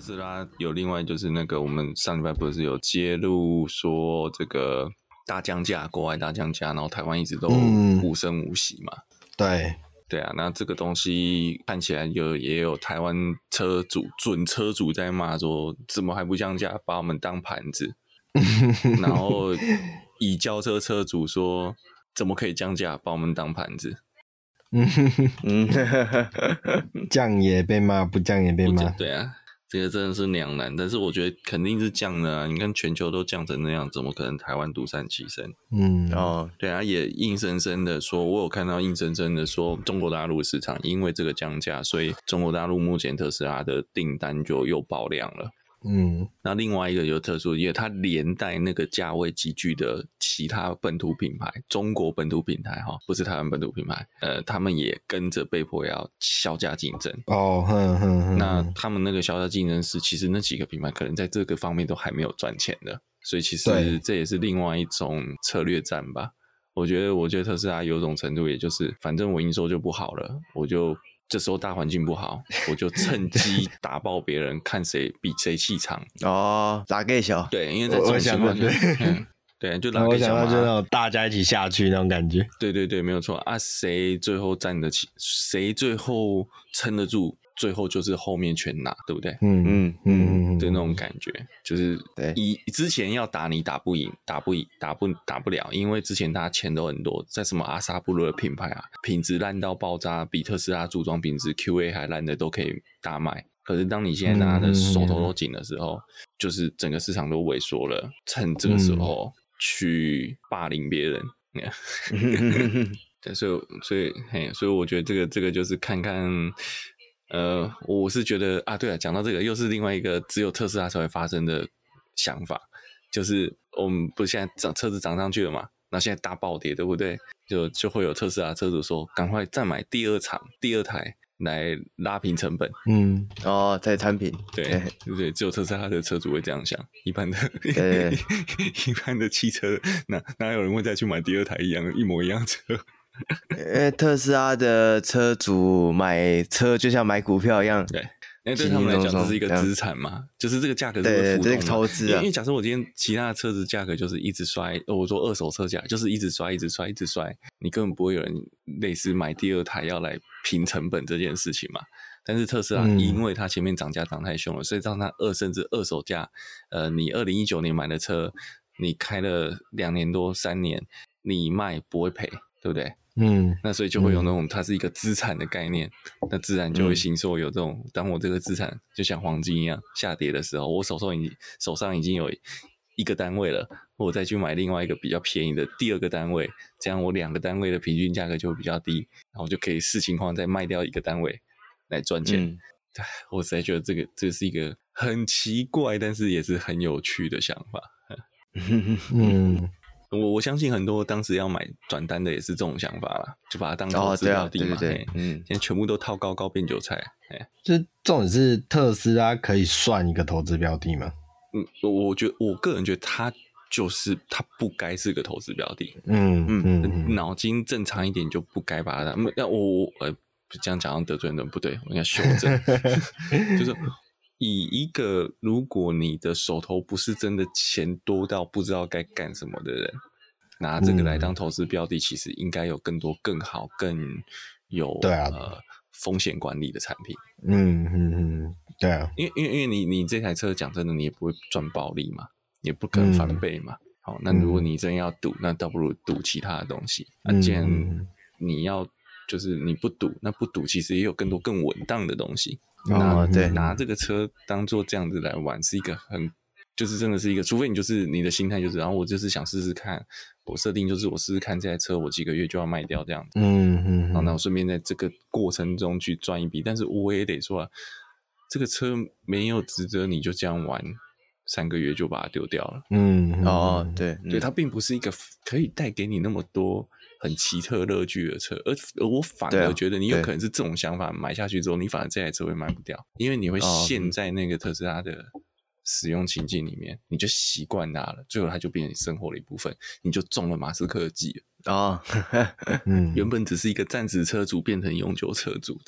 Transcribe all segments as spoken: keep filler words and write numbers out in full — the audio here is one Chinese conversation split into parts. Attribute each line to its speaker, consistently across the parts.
Speaker 1: 斯拉有另外就是那个我们上礼拜不是有揭露说这个大降价，国外大降价，然后台湾一直都无声无息嘛。
Speaker 2: 嗯、对
Speaker 1: 对啊，那这个东西看起来有也有台湾车主准车主在骂说，怎么还不降价，把我们当盘子。然后以轿车车主说，怎么可以降价，把我们当盘子。
Speaker 2: 嗯，降也被骂，不降也被骂。
Speaker 1: 对啊，这个真的是两难，但是我觉得肯定是降的啊！你看全球都降成那样，怎么可能台湾独善其身？
Speaker 2: 嗯，
Speaker 1: 哦，对啊，也硬生生的说，我有看到硬生生的说，中国大陆市场因为这个降价，所以中国大陆目前特斯拉的订单就又爆量了。
Speaker 2: 嗯，
Speaker 1: 那另外一个有特殊，因为它连带那个价位集聚的其他本土品牌，中国本土品牌哈，不是台湾本土品牌，呃，他们也跟着被迫要削价竞争。
Speaker 2: 哦，哼哼哼，
Speaker 1: 那他们那个削价竞争是，其实那几个品牌可能在这个方面都还没有赚钱的，所以其实这也是另外一种策略战吧。我觉得，我觉得特斯拉有种程度，也就是反正我营收就不好了，我就。这时候大环境不好，我就趁机打爆别人，看谁比谁气场。
Speaker 3: 哦，拉给小，
Speaker 1: 对，因为在这种情况下，嗯，对，就拉给小嘛，
Speaker 2: 就那种大家一起下去那种感觉。
Speaker 1: 对对对，没有错啊，谁最后站得起，谁最后撑得住，最后就是后面全拿，对不对？
Speaker 2: 嗯嗯嗯，
Speaker 1: 的那种感觉，就是
Speaker 3: 对，
Speaker 1: 以之前要打你打不赢，打不赢，打不打不了，因为之前大家钱都很多，在什么阿萨布鲁的品牌啊，品质烂到爆炸，比特斯拉组装品质 Q A 还烂的都可以大卖。可是当你现在拿的手头都紧的时候，嗯、就是整个市场都萎缩了，趁这个时候去霸凌别人。嗯、对，所以所以嘿，所以我觉得这个这个就是看看。呃，我是觉得啊，对了，讲到这个，又是另外一个只有特斯拉才会发生的想法，就是我们不是现在涨车子涨上去了嘛，那现在大暴跌，对不对？就就会有特斯拉车主说，赶快再买第二场、第二台来拉平成本。
Speaker 2: 嗯，
Speaker 3: 哦，再摊平，
Speaker 1: 对对不对？只有特斯拉的车主会这样想，一般的一般的汽车哪哪有人会再去买第二台一样一模一样车？
Speaker 3: 因为特斯拉的车主买车就像买股票一样，
Speaker 1: 对，因为对他们来讲这是一个资产嘛，就是这个价格是会浮动的，
Speaker 3: 对，这个投资啊。
Speaker 1: 因为假设我今天其他的车子价格就是一直摔，我说二手车价就是一直摔，一直摔，一直摔，你根本不会有人类似买第二台要来平成本这件事情嘛。但是特斯拉因为它前面涨价涨太凶了，所以让它二甚至二手价，呃，你二零一九年买的车，你开了两年多三年，你卖不会赔，对不对？
Speaker 2: 嗯，
Speaker 1: 那所以就会有那种它是一个资产的概念，嗯、那自然就会形塑有这种，当我这个资产就像黄金一样下跌的时候，我手上已经手上已经有一个单位了，我再去买另外一个比较便宜的第二个单位，这样我两个单位的平均价格就会比较低，然后就可以视情况再卖掉一个单位来赚钱。嗯、我实在觉得这个这是一个很奇怪，但是也是很有趣的想法。嗯。我我相信很多当时要买转单的也是这种想法啦，就把它当投资标的嘛。
Speaker 3: 哦、对, 啊、对, 对, 对，
Speaker 1: 嗯，现在全部都套高高变韭菜。
Speaker 2: 就重点是特斯拉可以算一个投资标的吗？
Speaker 1: 嗯，我觉得我个人觉得它就是它不该是个投资标的。
Speaker 2: 嗯嗯嗯，
Speaker 1: 脑筋正常一点就不该把它。那我我呃这样讲像得罪人不对，我应该修正，就是。以一个如果你的手头不是真的钱多到不知道该干什么的人，拿这个来当投资标的，嗯、其实应该有更多更好更有
Speaker 2: 对啊
Speaker 1: 呃风险管理的产品。
Speaker 2: 嗯嗯嗯，对啊，
Speaker 1: 因为因为因为你你这台车讲真的你也不会赚暴利嘛，也不可能翻倍嘛。嗯、好，那如果你真要赌，那倒不如赌其他的东西。那、啊、既然你要就是你不赌，那不赌其实也有更多更稳当的东西。拿、
Speaker 3: 哦、对，
Speaker 1: 拿这个车当做这样子来玩，是一个很，就是真的是一个，除非你就是你的心态就是，然后我就是想试试看，我设定就是我试试看这台车，我几个月就要卖掉这样子，
Speaker 2: 嗯嗯，
Speaker 1: 然后那我顺便在这个过程中去赚一笔，但是我也得说啊，这个车没有值得你就这样玩三个月就把它丢掉了，
Speaker 2: 嗯
Speaker 3: 哦对
Speaker 1: 对，它并不是一个可以带给你那么多。很奇特乐趣的车，而而我反而觉得你有可能是这种想法买下去之后，你反而这台车会卖不掉，因为你会陷在那个特斯拉的使用情境里面，哦、你就习惯它了，最后它就变成你生活的一部分，你就中了马斯克的计了。
Speaker 3: 哦，
Speaker 1: 嗯，原本只是一个暂时车主变成永久车主这样。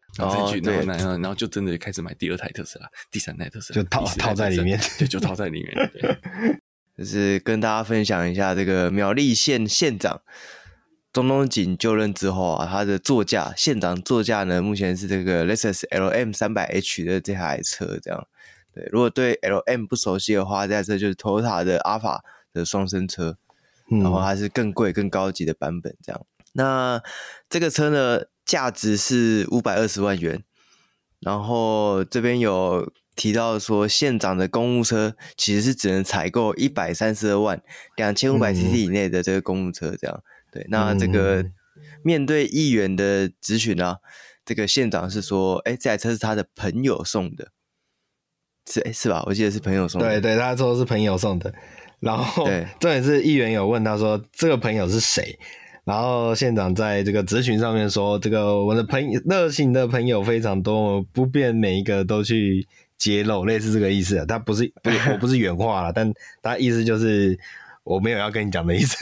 Speaker 1: 然后再去，
Speaker 3: 哦、
Speaker 1: 然后然后然后就真的开始买第二台特斯拉、第三台特斯拉，
Speaker 2: 就套套在里面，
Speaker 1: 对，就套在里面。对，
Speaker 3: 就是跟大家分享一下这个苗栗县县长中东锦就任之后啊，他的座驾县长座驾呢，目前是这个 Lexus L M 三百 H 的这台车，这样。对，如果对 L M 不熟悉的话，这台车就是 Toyota 的 Alpha 的双生车，
Speaker 2: 嗯、
Speaker 3: 然后它是更贵、更高级的版本，这样。那这个车呢，价值是五百二十万元，然后这边有提到说，县长的公务车其实是只能采购一百三十二万两千五百 C C 以内的这个公务车，这样。对，那这个面对议员的质询啊，这个县长是说，哎，这台车是他的朋友送的，是哎是吧？我记得是朋友送的。
Speaker 2: 对对，他说是朋友送的。然后重点是议员有问他说这个朋友是谁，然后县长在这个质询上面说，这个我的朋友热心的朋友非常多，不便每一个都去揭露，类似这个意思。他不是不是我不是原话啦，但他意思就是我没有要跟你讲的意思，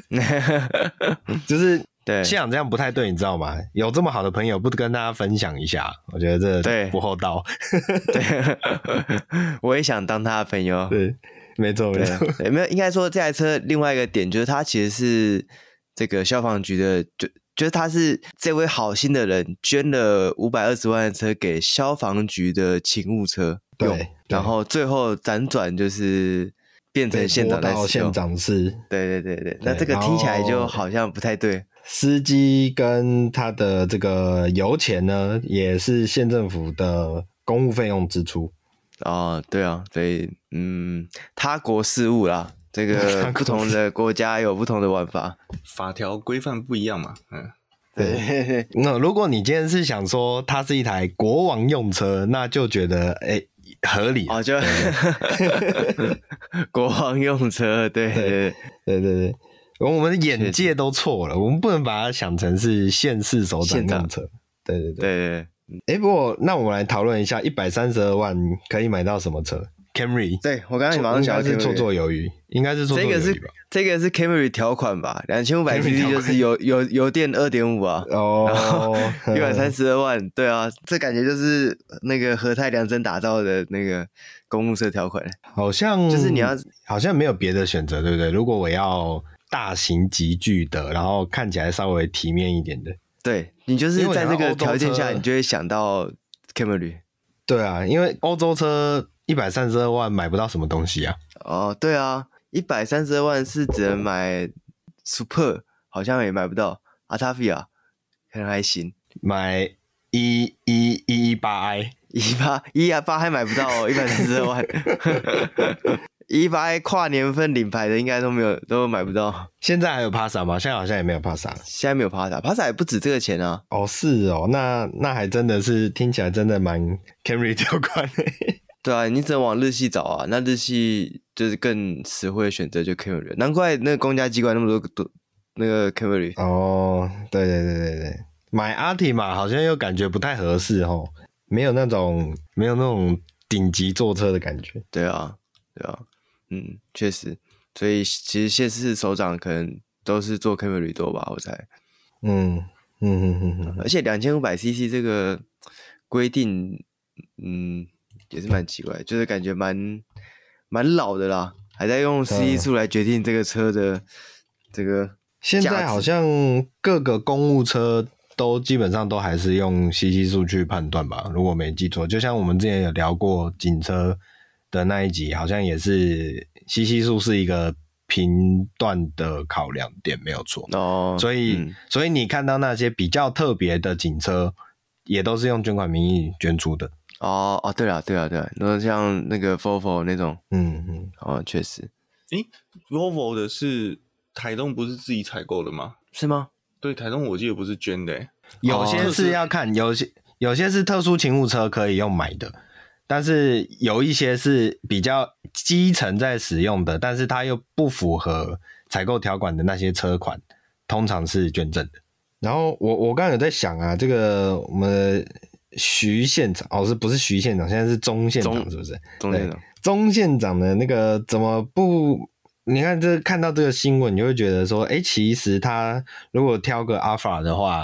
Speaker 2: 就是
Speaker 3: 对
Speaker 2: 县长这样不太对，你知道吗？有这么好的朋友不跟大家分享一下，我觉得这不厚道。
Speaker 3: 对，我也想当他的朋友。
Speaker 2: 对。没错没错，
Speaker 3: 没有，应该说这台车另外一个点就是它其实是这个消防局的，就就是他是这位好心的人捐了五百二十万的车给消防局的勤务车用，然后最后辗转就是变成县长在使用，
Speaker 2: 县长是，
Speaker 3: 对对对对，那这个听起来就好像不太对。
Speaker 2: 司机跟他的这个油钱呢，也是县政府的公务费用支出。
Speaker 3: 哦，对啊，所以嗯，他国事务啦，这个不同的国家有不同的玩法，
Speaker 1: 法条规范不一样嘛。嗯，
Speaker 3: 对。
Speaker 2: 那如果你今天是想说它是一台国王用车，那就觉得哎、欸、合理
Speaker 3: 哦，就国王用车，对对对
Speaker 2: 对对对，我们的眼界都错了，我们不能把它想成是县市首长用车。对对对
Speaker 3: 对对。
Speaker 2: 哎、欸，不过那我们来讨论一下，一百三十二万可以买到什么车 ？Camry。
Speaker 3: 对，我刚才马上想到
Speaker 2: 应该是绰绰有余，应该是绰绰有余吧。
Speaker 3: 这个是这个是 Camry 条款吧？两千五百 C C 就是油油油电二点五啊。
Speaker 2: 哦，
Speaker 3: 一百三十二万，对啊，这感觉就是那个和泰良真打造的那个公务车条款。
Speaker 2: 好像
Speaker 3: 就是你要，
Speaker 2: 好像没有别的选择，对不对？如果我要大型集聚的，然后看起来稍微体面一点的。
Speaker 3: 对，你就是在这个条件下，你就会想到 Camry。
Speaker 2: 对啊，因为欧洲车一百三十二万买不到什么东西啊。
Speaker 3: 哦，对啊，一百三十二万是只能买 Super， 好像也买不到。Altafia 可能还行，
Speaker 2: 买一一一一八 i
Speaker 3: 一八一八还买不到哦，一百三十二万。一八跨年份领牌的应该都没有，都买不到。
Speaker 2: 现在还有 Passa 吗？现在好像也没有 Passa。
Speaker 3: 现在没有 Passa，Passa 也不止这个钱啊。
Speaker 2: 哦，是哦，那那还真的是听起来真的蛮 Camry 条款的。
Speaker 3: 对啊，你只能往日系找啊，那日系就是更实惠的选择就 Camry， 难怪那个公家机关那么多多那个 Camry。
Speaker 2: 哦，对对对对对，买 Altima 好像又感觉不太合适哦，没有那种没有那种顶级坐车的感觉。
Speaker 3: 对啊，对啊。嗯，确实，所以其实县市首长可能都是做 Camry 多吧，我猜。
Speaker 2: 嗯嗯嗯嗯嗯，
Speaker 3: 而且两千五百 C C 这个规定，嗯，也是蛮奇怪，就是感觉蛮蛮老的啦，还在用 C C 数来决定这个车的这个。
Speaker 2: 现在好像各个公务车都基本上都还是用 C C 数去判断吧，如果没记错，就像我们之前有聊过警车的那一集，好像也是 C C 数是一个评断的考量点，没有错。
Speaker 3: 哦，
Speaker 2: 所以、嗯、所以你看到那些比较特别的警车，也都是用捐款名义捐出的。
Speaker 3: 哦哦，对了对了对了，那像那个 Volvo 那种，
Speaker 2: 嗯嗯，
Speaker 3: 哦，确实。
Speaker 1: 诶 Volvo 的是台东不是自己采购的吗？
Speaker 3: 是吗？
Speaker 1: 对，台东我记得不是捐的、欸，
Speaker 2: 有些是要看，有些有些是特殊勤务车可以用买的。但是有一些是比较基层在使用的，但是它又不符合采购条款的那些车款，通常是捐赠的。然后我我刚刚有在想啊，这个我们徐县长哦，是不是徐县长？现在是钟县长，是不是？
Speaker 3: 钟县长，
Speaker 2: 钟县长的那个怎么不？你看这看到这个新闻，你就会觉得说，哎，其实他如果挑个 Alpha 的话，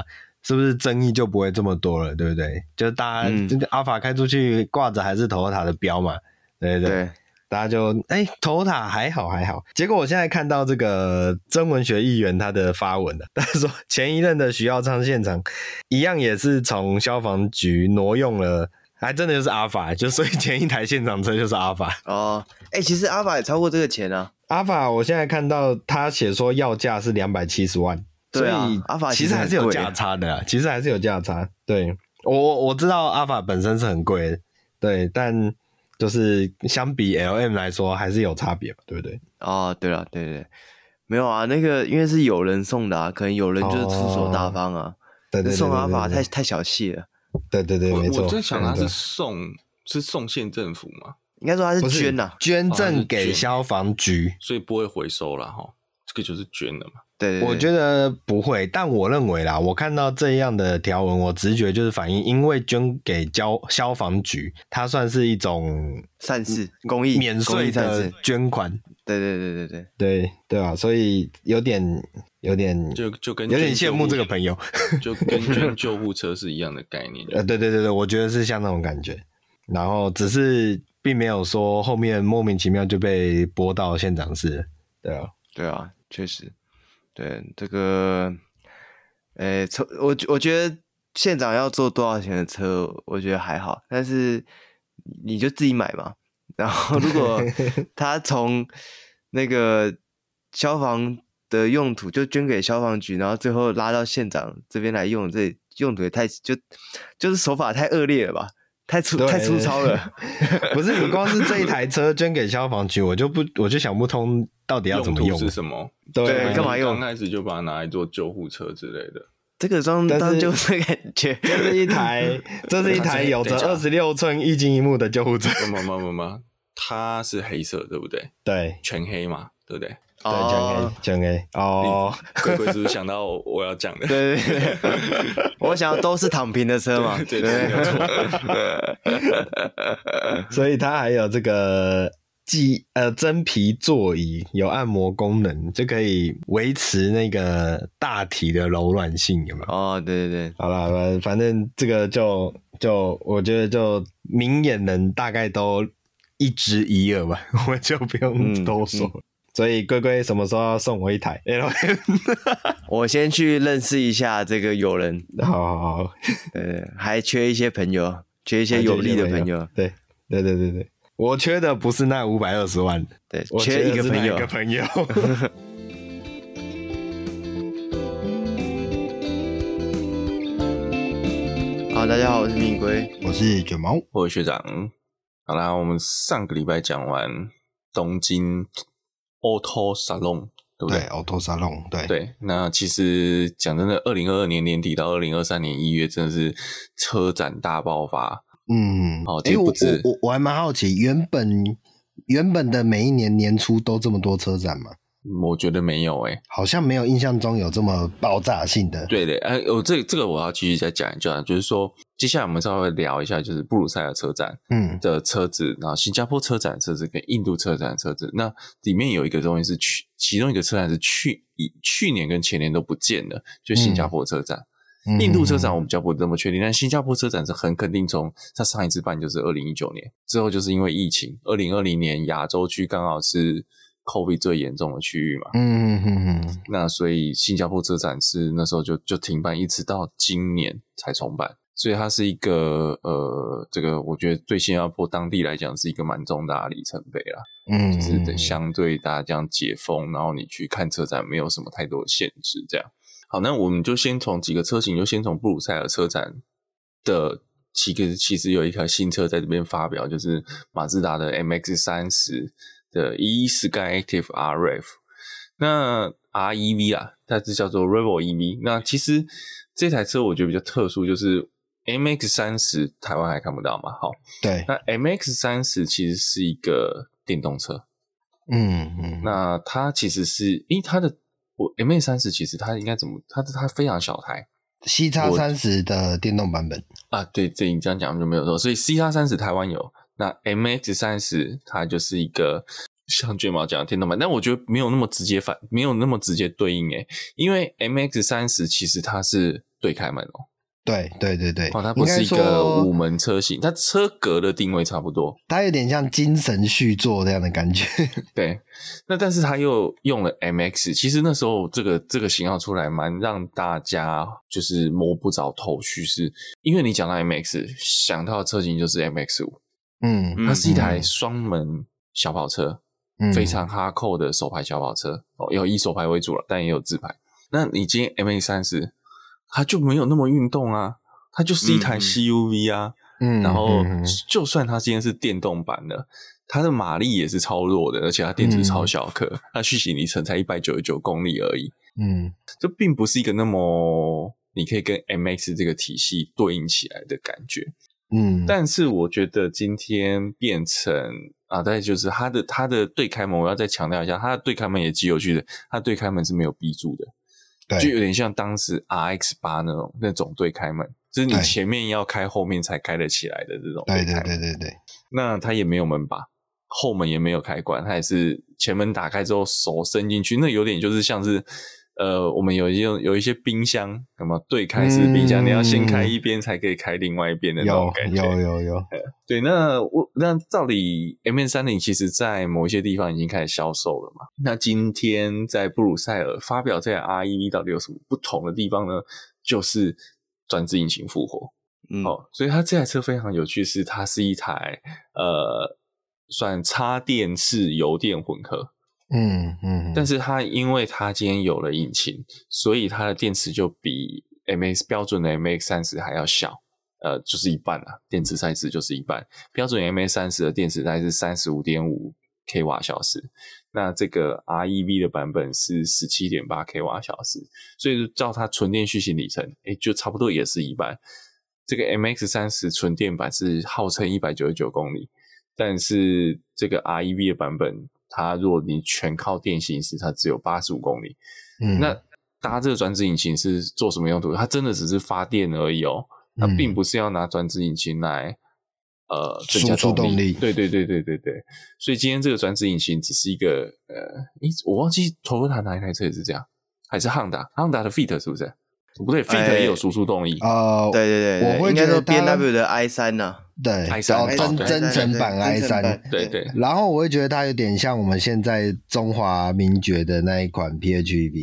Speaker 2: 是不是争议就不会这么多了，对不对？就是大家、嗯、这个 Alpha 开出去挂着还是 Toyota 的标嘛，对不对？对，大家就哎 Toyota 还好还好。结果我现在看到这个曾文学议员他的发文了，他说前一任的徐耀昌县长一样也是从消防局挪用了。还真的就是阿法，就所以前一台现场车就是阿法
Speaker 3: 哦。哎、欸，其实阿法也超过这个钱啊。
Speaker 2: 阿法我现在看到他写说要价是两百七十万，
Speaker 3: 对啊，
Speaker 2: 所以
Speaker 3: 阿法
Speaker 2: 其实还是有价差的啦，其实还是有价差。对，我我知道阿法本身是很贵的，对，但就是相比 L M 来说还是有差别嘛，对不对？
Speaker 3: 哦，对了，对对对，没有啊，那个因为是有人送的啊，可能有人就是出手大方啊，哦、
Speaker 2: 对对对对对对
Speaker 3: 送阿法太太小气了。
Speaker 2: 对对对，没错。
Speaker 1: 我在想他是送是送县政府吗？
Speaker 3: 应该说他是捐呐、啊，
Speaker 2: 捐赠给消防局，
Speaker 1: 所以不会回收啦齁。这个就是捐的嘛。
Speaker 3: 对, 对, 对，
Speaker 2: 我觉得不会，但我认为啦，我看到这样的条文，我直觉就是反映，因为捐给消消防局，它算是一种
Speaker 3: 善事、公益、
Speaker 2: 免税的捐款。
Speaker 3: 对对对对对
Speaker 2: 对对啊，所以有点有点
Speaker 1: 就就跟
Speaker 2: 有点羡慕这个朋友，
Speaker 1: 就跟捐救护车是一样的概念。
Speaker 2: 呃，对对对对，我觉得是像那种感觉，然后只是并没有说后面莫名其妙就被拨到县长室，对啊，
Speaker 3: 对啊，确实，对这个，诶，我我觉得县长要坐多少钱的车，我觉得还好，但是你就自己买嘛。然后，如果他从那个消防的用途就捐给消防局，然后最后拉到县长这边来用，这用途也太就就是手法太恶劣了吧，太粗太粗糙了。
Speaker 2: 不是你光是这一台车捐给消防局，我就不我就想不通到底要怎么用
Speaker 1: 是什么？
Speaker 3: 对，干嘛用？
Speaker 1: 刚开始就把它拿来做救护车之类的。
Speaker 3: 这个装当救护车感觉，
Speaker 2: 这是一台，这是一台有着二十六寸一镜一幕的救护车。
Speaker 1: 不不不不，它是黑色，对不对？
Speaker 2: 对，
Speaker 1: 全黑嘛，对不对？
Speaker 2: 对，全黑，全黑。哦，
Speaker 1: 龟龟是不是想到我要讲的？
Speaker 3: 对对对，我想要都是躺平的车嘛，
Speaker 1: 对对
Speaker 2: 对。所以它还有这个。既呃真皮座椅有按摩功能，就可以维持那个大体的柔软性，有没有？
Speaker 3: 哦，对对对，
Speaker 2: 好啦，反正这个就就我觉得就明眼人大概都一知一二吧，我就不用多说。嗯嗯、所以龟龟什么时候要送我一台 L M？
Speaker 3: 我先去认识一下这个友人。
Speaker 2: 好好好，
Speaker 3: 呃，还缺一些朋友，缺一些有利的朋友。
Speaker 2: 对对对对对。我缺的不是那五百二十万，
Speaker 3: 对，
Speaker 2: 我
Speaker 3: 缺一个朋友。
Speaker 2: 一个朋友。
Speaker 3: 好，大家好，我是蜜龟，
Speaker 2: 我是卷毛，
Speaker 1: 我是学长。好啦，我们上个礼拜讲完东京 Auto Salon， 对不对？
Speaker 2: 对 ，Auto Salon， 对
Speaker 1: 对。那其实讲真的，二零二二年年底到二零二三年一月，真的是车展大爆发。
Speaker 2: 嗯，
Speaker 1: 好，这不止、
Speaker 2: 欸、我我我还蛮好奇，原本原本的每一年年初都这么多车展吗？
Speaker 1: 我觉得没有诶、欸，
Speaker 2: 好像没有印象中有这么爆炸性的。
Speaker 1: 对的，哎、呃，我这这个我要继续再讲一下，就是说，接下来我们稍微聊一下，就是布鲁塞尔车展嗯的车子，然后新加坡车展的车子跟印度车展的车子，那里面有一个东西是去，其中一个车展是去去年跟前年都不见了，就新加坡车展。嗯印度车展我比较不这么确定，但新加坡车展是很肯定从它上一次办就是二零一九年，之后就是因为疫情，二零二零年亚洲区刚好是 COVID 最严重的区域嘛，
Speaker 2: 嗯嗯嗯，
Speaker 1: 那所以新加坡车展是那时候就就停办，一直到今年才重办，所以它是一个呃，这个我觉得对新加坡当地来讲是一个蛮重大的里程碑啦，嗯，就是等相对大家这样解封，然后你去看车展没有什么太多的限制这样。好，那我们就先从几个车型，就先从布鲁塞尔车展的几个，其实有一台新车在这边发表，就是马自达的 M X 三十 的 E Sky Active R E V。那 R E V 啊，它是叫做 Revo E V。那其实这台车我觉得比较特殊，就是 M X 三十 台湾还看不到嘛，好，
Speaker 2: 对。
Speaker 1: 那 M X 三十 其实是一个电动车，
Speaker 2: 嗯嗯，
Speaker 1: 那它其实是，因为它的我 M X 三十 其实它应该怎么，它它非常小台
Speaker 2: C X 三十 的电动版本
Speaker 1: 啊，对，这你这样讲就没有错，所以 C X 三十 台湾有，那 M X 三十 它就是一个像卷毛讲的电动版，但我觉得没有那么直接反，没有那么直接对应诶，因为 M X 三十 其实它是对开门哦。
Speaker 2: 对对对对，
Speaker 1: 哦，它不是一个五门车型，它车格的定位差不多，
Speaker 2: 它有点像精神续作这样的感觉。
Speaker 1: 对，那但是它又用了 M X， 其实那时候这个这个型号出来蛮让大家就是摸不着头绪，是因为你讲到 M X 想到的车型就是 M X 五，
Speaker 2: 嗯，
Speaker 1: 它是一台双门小跑车，
Speaker 2: 嗯、
Speaker 1: 非常哈扣的手排小跑车，哦，有以手排为主了，但也有自排。那你今天 M X 三十它就没有那么运动啊，它就是一台 C U V 啊，
Speaker 2: 嗯，
Speaker 1: 然后就算它今天是电动版的，它的马力也是超弱的，而且它电池超小颗，嗯、它续行里程才一百九十九公里而已，
Speaker 2: 嗯，
Speaker 1: 这并不是一个那么你可以跟 M X 这个体系对应起来的感觉，
Speaker 2: 嗯，
Speaker 1: 但是我觉得今天变成啊，再就是它的它的对开门，我要再强调一下，它的对开门也极有趣的，它的对开门是没有 B 柱的。
Speaker 2: 对，
Speaker 1: 就有点像当时 R X 八 那种那种对开门，就是你前面要开后面才开得起来的这种对开门。
Speaker 2: 对对对对对。
Speaker 1: 那它也没有门把，后门也没有开关，它也是前门打开之后手伸进去，那有点就是像是呃我们有一些有一些冰箱，那么对开式冰箱、嗯、你要先开一边才可以开另外一边的那种感觉。
Speaker 2: 有有有有。
Speaker 1: 对，那我那照理 M X 三十 其实在某一些地方已经开始销售了嘛。那今天在布鲁塞尔发表这台 R E V 到底有什么不同的地方呢？就是转子引擎复活。嗯，哦，所以它这台车非常有趣，是它是一台呃算插电式油电混合。
Speaker 2: 嗯嗯，
Speaker 1: 但是它因为它今天有了引擎，所以它的电池就比 M X 标准的 M X 三十 还要小。呃，就是一半啦，电池 size 就是一半。标准 M X 三十 的电池大概是 三十五点五 k 瓦小时，那这个 R E V 的版本是 十七点八 k 瓦小时，所以照它纯电续行里程，诶，就差不多也是一半。这个 M X 三十 纯电版是号称一百九十九公里，但是这个 R E V 的版本，它如果你全靠电行驶，它只有八十五公里。嗯，那搭这个转子引擎是做什么用途？它真的只是发电而已哦。它并不是要拿转子引擎来呃增加动力，
Speaker 2: 动力
Speaker 1: 对对对对对对，所以今天这个转子引擎只是一个呃，诶我忘记 Toyota 哪一台车也是这样，还是 Honda Honda 的 Fit 是不是？不对 ，Fit 也有输出动力。
Speaker 2: 呃，
Speaker 3: 对对对，
Speaker 2: 我会觉得
Speaker 3: B M W 的 i 三 呢，
Speaker 2: 对
Speaker 1: ，i 三
Speaker 2: 增增程版 i 三，
Speaker 1: 对对。
Speaker 2: 然后我会觉得它有点像我们现在中华名爵的那一款 P H E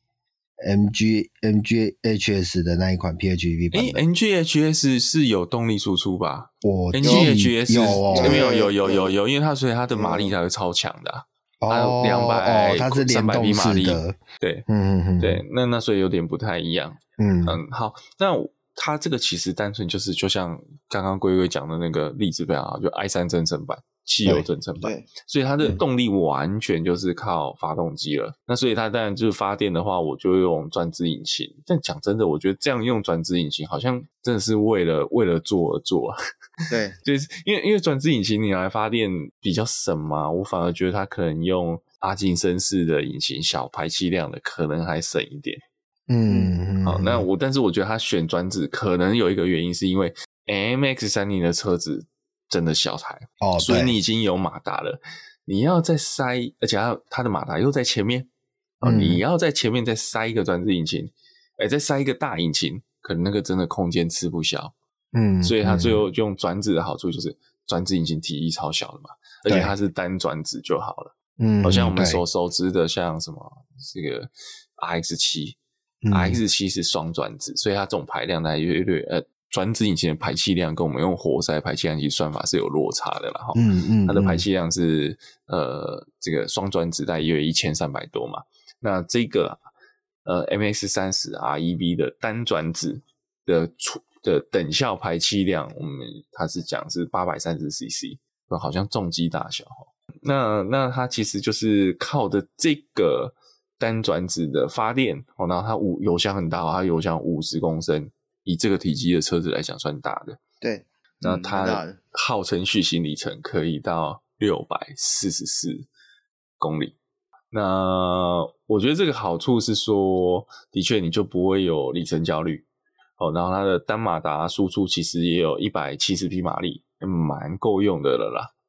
Speaker 2: V。M G M G H S 的那一款 P H E V 版本，
Speaker 1: 诶 M G H S 是有动力输出吧？
Speaker 2: 我
Speaker 1: M G H S
Speaker 2: 有哦，
Speaker 1: 没有有有有有，因为它所以它的马力才会超强的、啊，它有两百
Speaker 2: 哦，它是联动式的，
Speaker 1: 对，
Speaker 2: 嗯嗯嗯，
Speaker 1: 对，那那所以有点不太一样，
Speaker 2: 嗯
Speaker 1: 嗯，好，那它这个其实单纯就是就像刚刚龟龟讲的那个例子非常好，就 i 三 增程版。汽油增程版，所以它的动力完全就是靠发动机了。那所以它当然就是发电的话，我就用转子引擎。但讲真的，我觉得这样用转子引擎好像真的是为了为了做而做啊。
Speaker 3: 对，
Speaker 1: 就是因为因为转子引擎你来发电比较省嘛，我反而觉得它可能用阿金森式的引擎，小排气量的可能还省一点。
Speaker 2: 嗯，
Speaker 1: 好，那我但是我觉得他选转子可能有一个原因，是因为 M X 三十 的车子真的小台
Speaker 2: 哦，
Speaker 1: 所以你已经有马达了，你要再塞，而且它它的马达又在前面、哦嗯、你要在前面再塞一个转子引擎，哎，再塞一个大引擎，可能那个真的空间吃不消，
Speaker 2: 嗯，
Speaker 1: 所以它最后用转子的好处就是转子引擎体积超小的嘛，而且它是单转子就好了，
Speaker 2: 嗯，
Speaker 1: 好像我们所熟知的像什么这个 R X 七、嗯、R X 七 是双转子，所以它总排量大概略略呃。转子引擎的排气量跟我们用活塞排气量其实算法是有落差的啦，
Speaker 2: 嗯嗯，
Speaker 1: 它的排气量是呃这个双转子大概约一千三百多嘛，那这个呃 M X 三十 R E V 的单转子的的等效排气量，我们它是讲是八百三十 C C， 好像重机大小，那那它其实就是靠的这个单转子的发电，然后它五油箱很大，它油箱五十公升。以这个体积的车子来讲算大的，
Speaker 3: 对，
Speaker 1: 那它号称续行里程可以到六百四十四公里。那我觉得这个好处是说，的确你就不会有里程焦虑哦。然后它的单马达输出其实也有一百七十匹马力，蛮够用的了啦。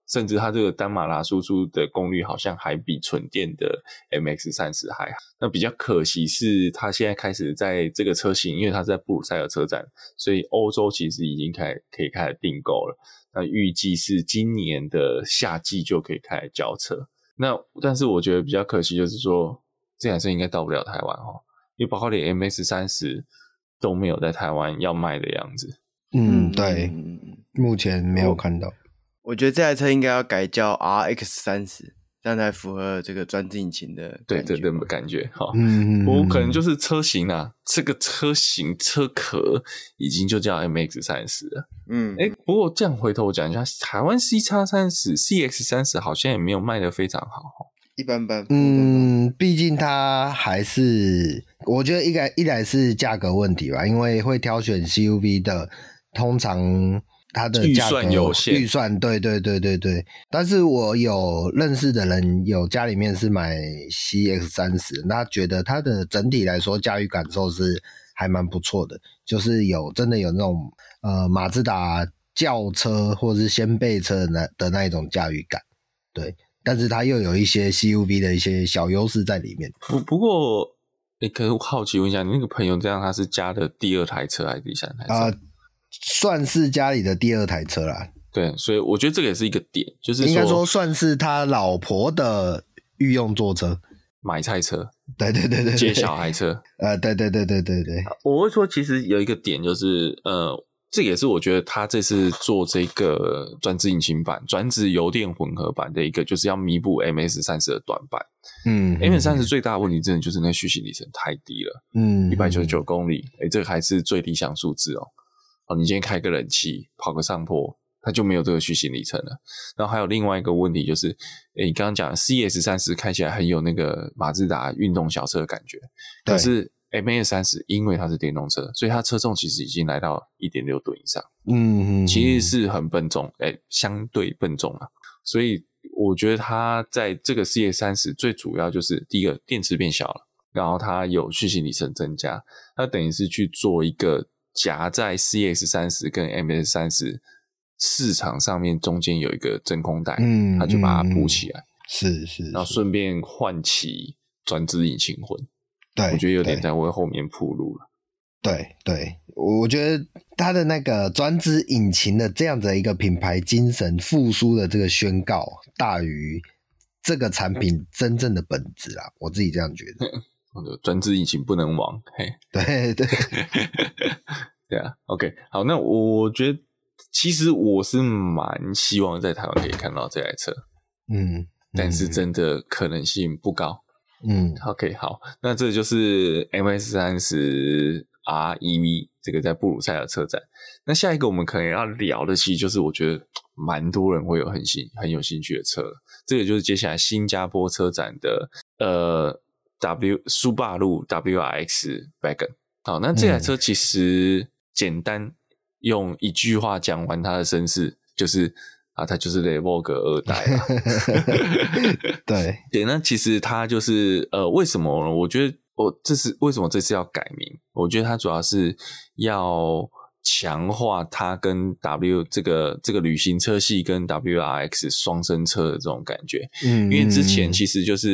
Speaker 1: 甚至它这个单马达输出的功率好像还比纯电的 M X 三十 还好。那比较可惜是它现在开始在这个车型，因为它在布鲁塞尔车展，所以欧洲其实已经开可以开始订购了。那预计是今年的夏季就可以开始交车。那但是我觉得比较可惜就是说，这台车应该到不了台湾齁，因为包括连 M X 三十 都没有在台湾要卖的样子。
Speaker 2: 嗯，对，目前没有看到。
Speaker 3: 我觉得这台车应该要改叫 R X 三十，这样才符合这个专制引擎的
Speaker 1: 对对对感觉哈。
Speaker 2: 嗯，
Speaker 1: 我可能就是车型啊，这个车型车壳已经就叫 M X 三十 了。嗯，哎，不过这样回头我讲一下，台湾 C X 三十 C X 三十 好像也没有卖得非常好，
Speaker 3: 一般般。
Speaker 2: 嗯，毕竟它还是，我觉得一来一来是价格问题吧，因为会挑选 C U V 的，通常它的价格
Speaker 1: 预算有限，
Speaker 2: 预算对对对对对。但是我有认识的人，有家里面是买 C X 三十，那觉得它的整体来说驾驭感受是还蛮不错的，就是有真的有那种呃马自达轿车或是掀背车的那的那一种驾驭感，对。但是它又有一些 C U V 的一些小优势在里面。
Speaker 1: 不不过，诶，可是我好奇问一下，你那个朋友这样他是家的第二台车还是第三台车？
Speaker 2: 啊、呃，算是家里的第二台车啦。
Speaker 1: 对，所以我觉得这个也是一个点，就是说
Speaker 2: 应该说算是他老婆的御用坐车，
Speaker 1: 买菜车。
Speaker 2: 对对对 对, 对，
Speaker 1: 接小孩车。
Speaker 2: 呃，对对对对对对。
Speaker 1: 我会说，其实有一个点就是，呃。这也是我觉得他这次做这个转子引擎版、转子油电混合版的一个，就是要弥补 M S 三十 的短板。
Speaker 2: 嗯
Speaker 1: ，M S 三十 最大的问题真的就是那续行里程太低了，
Speaker 2: 嗯，
Speaker 1: 一百九十九公里，诶，这个还是最理想数字哦。哦，你今天开个冷气，跑个上坡，它就没有这个续行里程了。然后还有另外一个问题就是，诶，你刚刚讲的 C S 三十 开起来很有那个马自达运动小车的感觉，可是M S 三十 因为它是电动车，所以它车重其实已经来到 一点六 吨以上。
Speaker 2: 嗯, 嗯，
Speaker 1: 其实是很笨重，诶，相对笨重啊。所以我觉得它在这个 C S 三十 最主要就是第一个电池变小了，然后它有续行里程增加，它等于是去做一个夹在 C S 三十 跟 M S 三十 市场上面中间有一个真空带，
Speaker 2: 嗯，
Speaker 1: 它就把它补起来，
Speaker 2: 是是，
Speaker 1: 然后顺便唤起转子引擎魂。
Speaker 2: 对，
Speaker 1: 我觉得有点在为后面铺路了。
Speaker 2: 对对，我觉得它的那个转子引擎的这样的一个品牌精神复苏的这个宣告，大于这个产品真正的本质啊，我自己这样觉得。
Speaker 1: 转子引擎不能亡，嘿，
Speaker 2: 对对
Speaker 1: 对啊。OK， 好，那我觉得其实我是蛮希望在台湾可以看到这台车，
Speaker 2: 嗯，嗯
Speaker 1: 但是真的可能性不高。
Speaker 2: 嗯
Speaker 1: ，OK， 好，那这就是 M S 三十 R E V 这个在布鲁塞尔车展。那下一个我们可能要聊的，其实就是我觉得蛮多人会有很兴很有兴趣的车，这个就是接下来新加坡车展的呃 W 苏巴路 W R X Wagon。好，那这台车其实简单用一句话讲完它的身世，就是啊，它就是雷沃格二代啊。
Speaker 2: 对
Speaker 1: 对，那其实它就是呃，为什么呢？我觉得我这是为什么这次要改名？我觉得它主要是要强化它跟 W 这个这个旅行车系跟 W R X 双生车的这种感觉。嗯，因为之前其实就是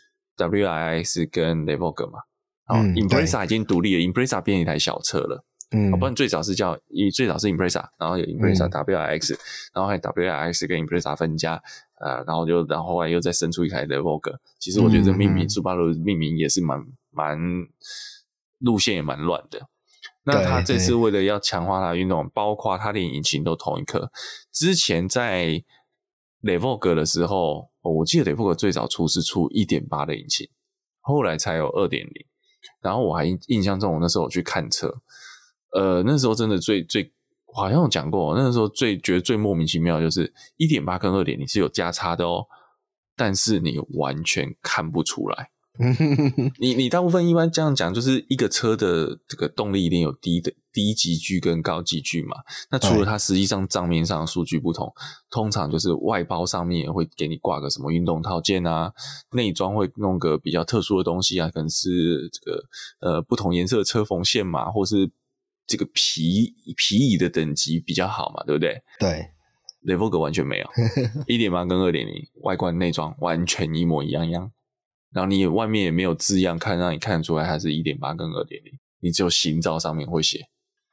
Speaker 1: W R X 跟雷沃格嘛，好、嗯、，Impreza 已经独立了 ，Impreza 变一台小车了。嗯，不然最早是叫最早是 Impreza， 然后有 Impreza W R X，、嗯、然后还有 W R X 跟 Impreza 分家，呃，然后就然后后来又再生出一台的 Vogue。其实我觉得这命名苏巴路命名也是蛮蛮路线也蛮乱的。那他这次为了要强化它的运动，包括它连引擎都同一颗。之前在 Vogue 的时候、哦，我记得 Vogue 最早出是出 一点八 的引擎，后来才有 二点零。然后我还印象中，我那时候我去看车。呃，那时候真的最最，我好像有讲过，那时候最觉得最莫名其妙的就是 一点八 跟 二点零 是有加差的哦，但是你完全看不出来。你你大部分一般这样讲，就是一个车的这个动力一定有低的低级距跟高级距嘛。那除了它实际上账面上的数据不同，通常就是外包上面也会给你挂个什么运动套件啊，内装会弄个比较特殊的东西啊，可能是这个呃不同颜色的车缝线嘛，或是这个皮皮椅的等级比较好嘛，对不对？
Speaker 2: 对。
Speaker 1: Levoque 完全没有 一点八 跟 二点零 外观内装完全一模一样样，然后你外面也没有字样看让你看得出来它是 一点八 跟 二点零， 你只有行照上面会写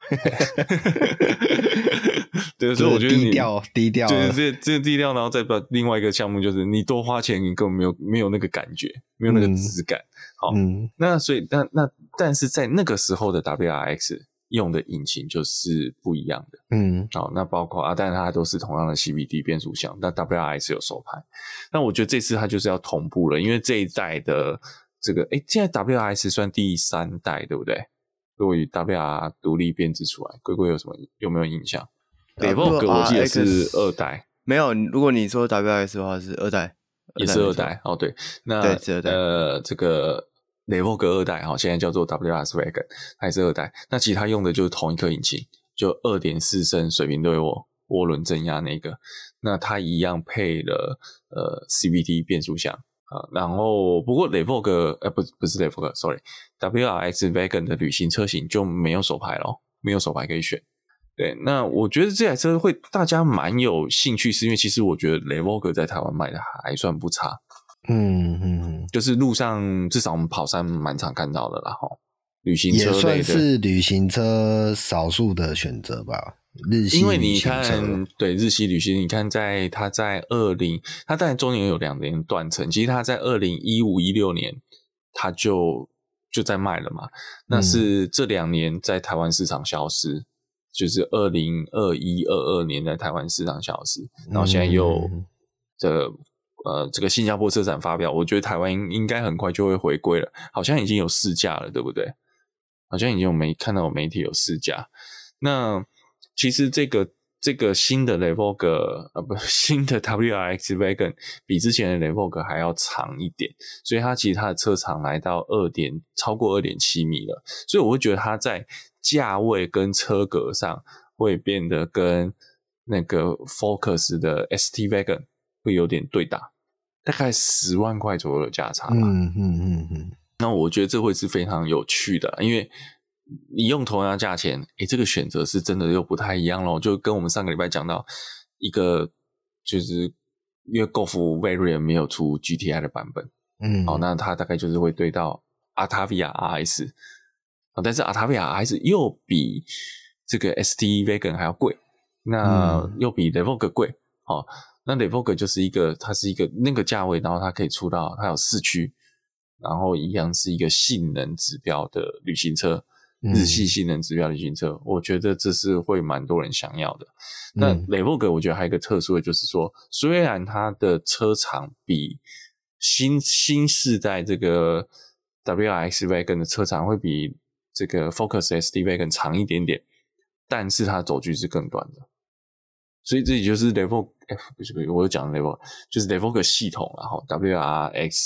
Speaker 1: 对，所以我觉得你
Speaker 2: 低调低调，
Speaker 1: 对，这这个低调，然后再把另外一个项目就是你多花钱，你根本没有没有那个感觉，没有那个质感。嗯、好，嗯，那所以那那但是在那个时候的 W R X 用的引擎就是不一样的，嗯，好，那包括啊，但是它都是同样的 C V T 变速箱，但 W R X 有手排。那我觉得这次它就是要同步了，因为这一代的这个，诶，现在 W R X 算第三代，对不对？如果以 W R 独立编制出来，龟龟有什么有没有印象？Levoque 我记得是二代，
Speaker 3: 没有。如果你说 W R X 的话是二代，
Speaker 1: 也是二代哦。对，那
Speaker 3: 对是二代。
Speaker 1: 呃，这个 Levoque 二代哈，现在叫做 W R X Wagon， 它也是二代。那其实它用的就是同一颗引擎，就 二点四 升水平对涡涡轮增压那个。那它一样配了呃 C V T 变速箱啊。然后不过 Levoque 呃不不是 Levoque，sorry，W R X Wagon 的旅行车型就没有手排咯，没有手排可以选。对，那我觉得这台车会大家蛮有兴趣，是因为其实我觉得 Levoque 在台湾卖的还算不差，嗯嗯，就是路上至少我们跑山蛮常看到的啦齁，旅行车类的
Speaker 2: 也算是旅行车少数的选择吧。日系
Speaker 1: 因为你看，对日系旅行，你看在它在二零，它当然中年有两年断层，其实它在二零一五一六年它就就在卖了嘛，那是这两年在台湾市场消失。就是二零二一、二二年在台湾市场消失，然后现在又这个、呃这个新加坡车展发表，我觉得台湾应该很快就会回归了，好像已经有试驾了，对不对？好像已经有媒看到有媒体有试驾。那其实这个这个新的 Levoque 呃不新的 W R X Wagon 比之前的 Levoque 还要长一点，所以它其实它的车长来到二点超过 二点七 米了，所以我会觉得它在价位跟车格上会变得跟那个 Focus 的 S T Wagon 会有点对打，大概十万块左右的价差吧。嗯嗯嗯嗯。那我觉得这会是非常有趣的，因为你用同样的价钱，诶，这个选择是真的又不太一样咯，就跟我们上个礼拜讲到一个，就是因为 Golf Variant 没有出 G T I 的版本，嗯，好，那它大概就是会对到 Octavia R S。但是 Octavia R S 又比这个 S T Wagon 还要贵，那又比 Levoque 贵，哦，那 Levoque 就是一个，它是一个那个价位，然后它可以出到它有四驱，然后一样是一个性能指标的旅行车，日系性能指标旅行车，我觉得这是会蛮多人想要的。那 Levoque 我觉得还有一个特殊的就是说，虽然它的车长比新新世代这个 W R X Wagon 的车长会比这个 Focus S T Wagon 长一点点，但是它的轴距是更短的，所以这也就是 Levoque， 不是不是，我有讲 Levoque， 就是 Levoque 系统，然后 W R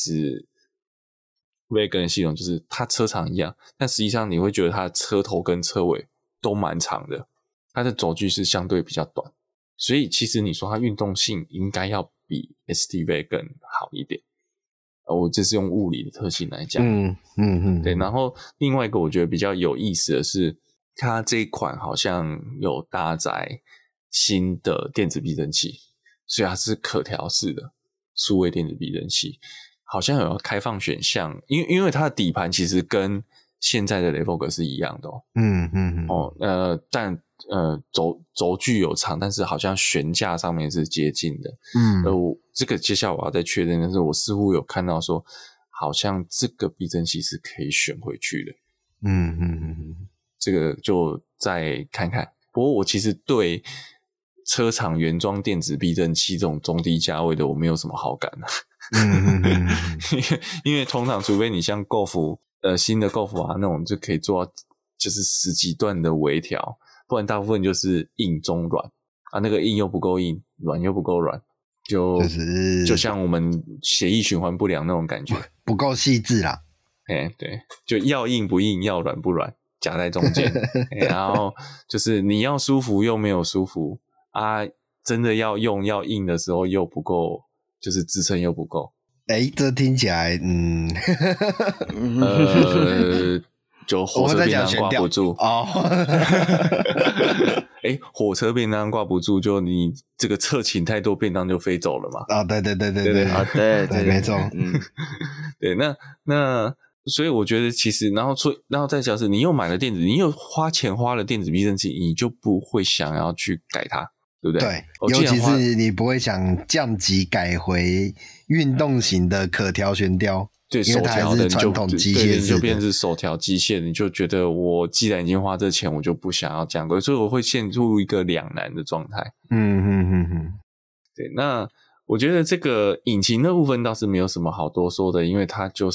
Speaker 1: X Wagon 系统就是它车长一样，但实际上你会觉得它的车头跟车尾都蛮长的，它的轴距是相对比较短，所以其实你说它运动性应该要比 S T Wagon 好一点。我这是用物理的特性来讲，嗯嗯嗯，对。然后另外一个我觉得比较有意思的是，它这一款好像有搭载新的电子避震器，所以它是可调式的数位电子避震器，好像有开放选项，因为因为它的底盘其实跟现在的 Levoque 是一样的哦，嗯嗯嗯，哦呃，但呃轴轴距有长，但是好像悬架上面是接近的，嗯，呃我这个接下来我要再确认，但是我似乎有看到说，好像这个避震器是可以选回去的，嗯嗯嗯嗯，这个就再看看。不过我其实对车厂原装电子避震器这种中低价位的我没有什么好感啊，嗯嗯嗯，因为因为通常除非你像 Golf 呃新的 Golf 啊那种就可以做到就是十几段的微调，不然大部分就是硬中软啊，那个硬又不够硬，软又不够软，就、就是、就像我们血液循环不良那种感觉，
Speaker 2: 不够细致啦。
Speaker 1: 哎，对，就要硬不硬，要软不软，夹在中间，然后就是你要舒服又没有舒服啊，真的要用要硬的时候又不够，就是支撑又不够。
Speaker 2: 哎，这听起来，嗯，
Speaker 1: 呃，就火车便当挂不住
Speaker 2: 哦。
Speaker 1: 哎，火车便当挂不住，就你这个侧倾太多，便当就飞走了嘛。
Speaker 2: 啊，对对对对对
Speaker 3: 啊，对对，
Speaker 2: 没错，
Speaker 3: 嗯，
Speaker 1: 对，那那所以我觉得其实，然后所以然后再讲是，你又买了电子，你又花钱花了电子避震器，你就不会想要去改它，对不对？
Speaker 2: 对，尤其是你不会想降级改回运动型的可调悬吊。
Speaker 1: 对，手调的你就对，你就变成是手调机械，你就觉得我既然已经花这钱，我就不想要降贵，所以我会陷入一个两难的状态。
Speaker 2: 嗯嗯嗯嗯，
Speaker 1: 对，那我觉得这个引擎的部分倒是没有什么好多说的，因为它就是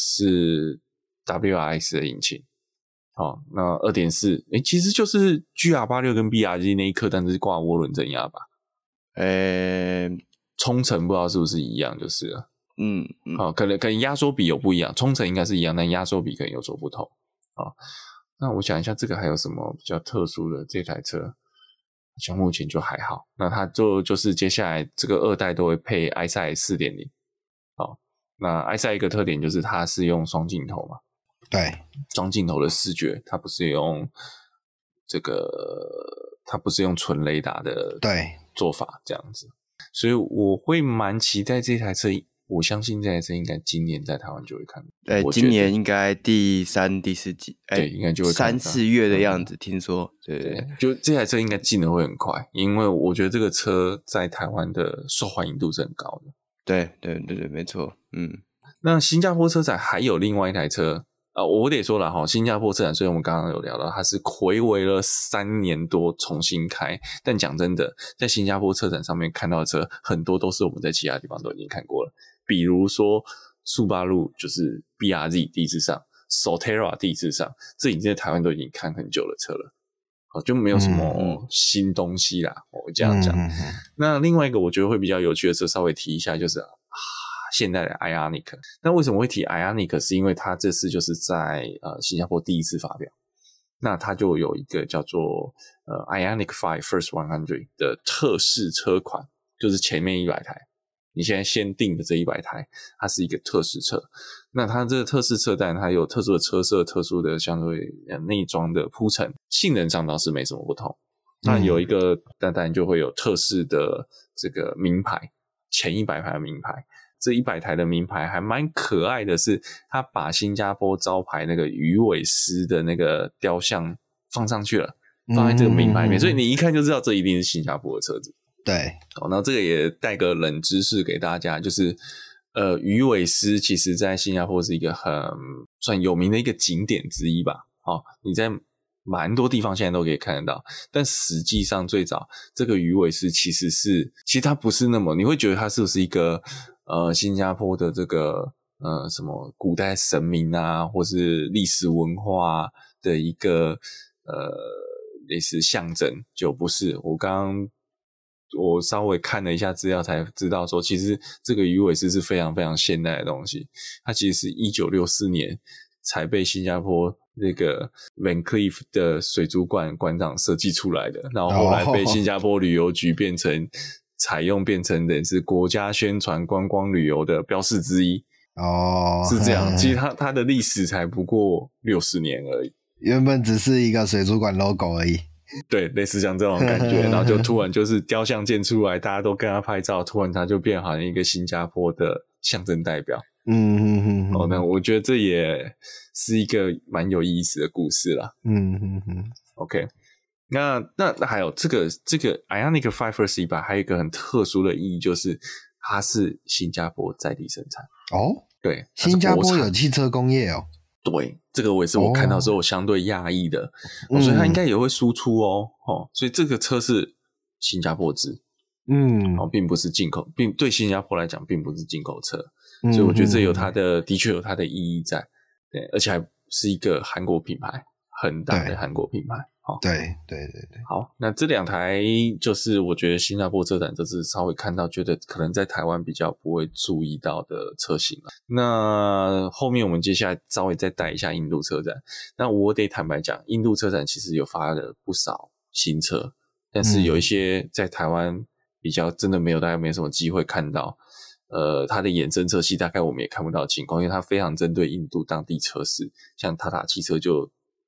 Speaker 1: W R X 的引擎。好、哦，那 二点四 诶其实就是 G R 八十六 跟 B R Z 那一颗，但是挂涡轮增压吧。
Speaker 3: 呃，
Speaker 1: 冲程不知道是不是一样就是了。
Speaker 3: 嗯嗯，
Speaker 1: 好、哦，可能可能压缩比有不一样，冲程应该是一样，但压缩比可能有所不同。好、哦，那我想一下，这个还有什么比较特殊的？这台车，像目前就还好。那它就就是接下来这个二代都会配 iSight 四点零。好，那 iSight 一个特点就是它是用双镜头嘛，
Speaker 2: 对，
Speaker 1: 双镜头的视觉，它不是用这个，它不是用纯雷达的
Speaker 2: 对
Speaker 1: 做法这样子，所以我会蛮期待这台车。我相信这台车应该今年在台湾就会看到。
Speaker 3: 对，今年应该第三、第四季，哎，
Speaker 1: 对，应该就会看到
Speaker 3: 三四月的样子，嗯、听说。对 对,
Speaker 1: 对，就这台车应该进的会很快，因为我觉得这个车在台湾的受欢迎度是很高的。
Speaker 3: 对对对对，没错。嗯，
Speaker 1: 那新加坡车展还有另外一台车啊、呃，我得说了哈，新加坡车展虽然我们刚刚有聊到，它是睽违了三年多重新开，但讲真的，在新加坡车展上面看到的车很多都是我们在其他地方都已经看过了。比如说速八路就是 B R Z 第一次上 Solterra 第一次上，这已经在台湾都已经看很久的车了，就没有什么新东西啦、嗯、我这样讲、嗯、那另外一个我觉得会比较有趣的车稍微提一下就是、啊、现在的 Ioniq。 那为什么会提 Ioniq 是因为它这次就是在呃新加坡第一次发表，那它就有一个叫做呃 Ioniq 五 First 百的特试车款，就是前面一百台你现在先订的这一百台，它是一个特试车。那它这个特试车当然它有特殊的车色，特殊的相对内装的铺陈，性能上倒是没什么不同。那有一个当然就会有特试的这个名牌，前一百台的名牌。这一百台的名牌还蛮可爱的是，它把新加坡招牌那个鱼尾狮的那个雕像放上去了，放在这个名牌里面，所以你一看就知道这一定是新加坡的车子。
Speaker 2: 对，
Speaker 1: 哦，那这个也带个冷知识给大家，就是呃，鱼尾狮其实在新加坡是一个很算有名的一个景点之一吧。哦，你在蛮多地方现在都可以看得到，但实际上最早这个鱼尾狮其实是，其实它不是那么，你会觉得它是不是一个呃新加坡的这个呃什么古代神明啊，或是历史文化的一个呃类似象征，就不是。我刚刚我稍微看了一下资料才知道说，其实这个鱼尾狮是非常非常现代的东西，它其实是一九六四年才被新加坡那个 Van Cleef 的水族馆馆长设计出来的，然后后来被新加坡旅游局变成采用变成的是国家宣传观光旅游的标示之一。
Speaker 2: 哦，
Speaker 1: 是这样，其实它它的历史才不过六十年而已，
Speaker 2: 原本只是一个水族馆 logo 而已。
Speaker 1: 对，类似像这种感觉，然后就突然就是雕像建出来，大家都跟他拍照，突然他就变好像一个新加坡的象征代表。
Speaker 2: 嗯嗯嗯，
Speaker 1: 哦，那我觉得这也是一个蛮有意思的故事啦。
Speaker 2: 嗯嗯嗯
Speaker 1: ，OK， 那那那还有这个这个 Ioniq 五 First 一百还有一个很特殊的意义，就是它是新加坡在地生产。
Speaker 2: 哦，
Speaker 1: 对，
Speaker 2: 新加坡有汽车工业哦。
Speaker 1: 对，这个我也是我看到之后相对讶异的、哦哦，所以它应该也会输出哦，哦，所以这个车是新加坡制，
Speaker 2: 嗯，
Speaker 1: 哦，并不是进口，并对新加坡来讲并不是进口车，所以我觉得这有它的，的确有它的意义在，对，而且还是一个韩国品牌，很大的韩国品牌。哦、
Speaker 2: 对对对对，
Speaker 1: 好，那这两台就是我觉得新加坡车展这次稍微看到，觉得可能在台湾比较不会注意到的车型了。那后面我们接下来稍微再带一下印度车展。那我得坦白讲，印度车展其实有发了不少新车，但是有一些在台湾比较真的没有，大概没什么机会看到。呃，它的衍生车系大概我们也看不到的情况，因为它非常针对印度当地车市，像塔塔汽车就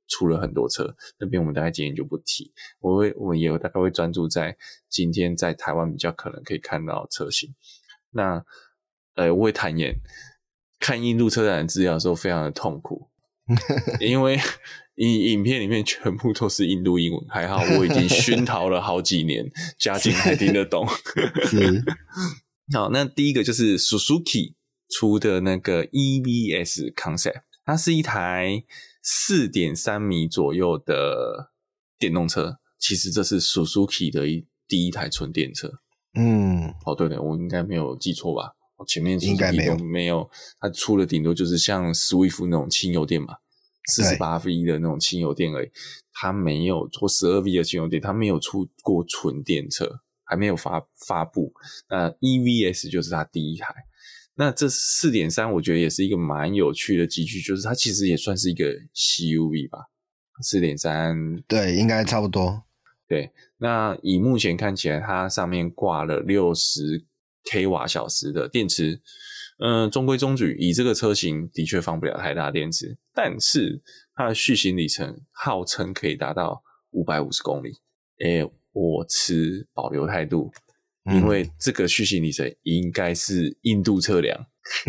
Speaker 1: 出了很多车，那边我们大概今天就不提，我会我们也大概会专注在今天在台湾比较可能可以看到的车型。那呃，我会坦言，看印度车展的资料的时候非常的痛苦，因为影影片里面全部都是印度英文，还好我已经熏陶了好几年，家境还听得懂。
Speaker 2: 是，
Speaker 1: 好，那第一个就是 Suzuki 出的那个 E V S Concept， 它是一台 四点三 米左右的电动车，其实这是 Suzuki 的一第一台纯电车。
Speaker 2: 嗯，
Speaker 1: 哦，对的，我应该没有记错吧？前面
Speaker 2: 应该没有，
Speaker 1: 没有，它出的顶多就是像 Swift 那种轻油电嘛， 四十八 V 的那种轻油电而已，它没有或 十二 V 的轻油电，它没有出过纯电车，还没有发发布。那 E V S 就是它第一台。那这 四点三 我觉得也是一个蛮有趣的机具，就是它其实也算是一个 C U V 吧， 四点三
Speaker 2: 对，应该差不多。
Speaker 1: 对，那以目前看起来它上面挂了 六十 k 瓦小时的电池，嗯、呃，中规中矩，以这个车型的确放不了太大电池，但是它的续行里程号称可以达到五百五十公里。诶，我持保留态度，因为这个续行里程应该是印度测量。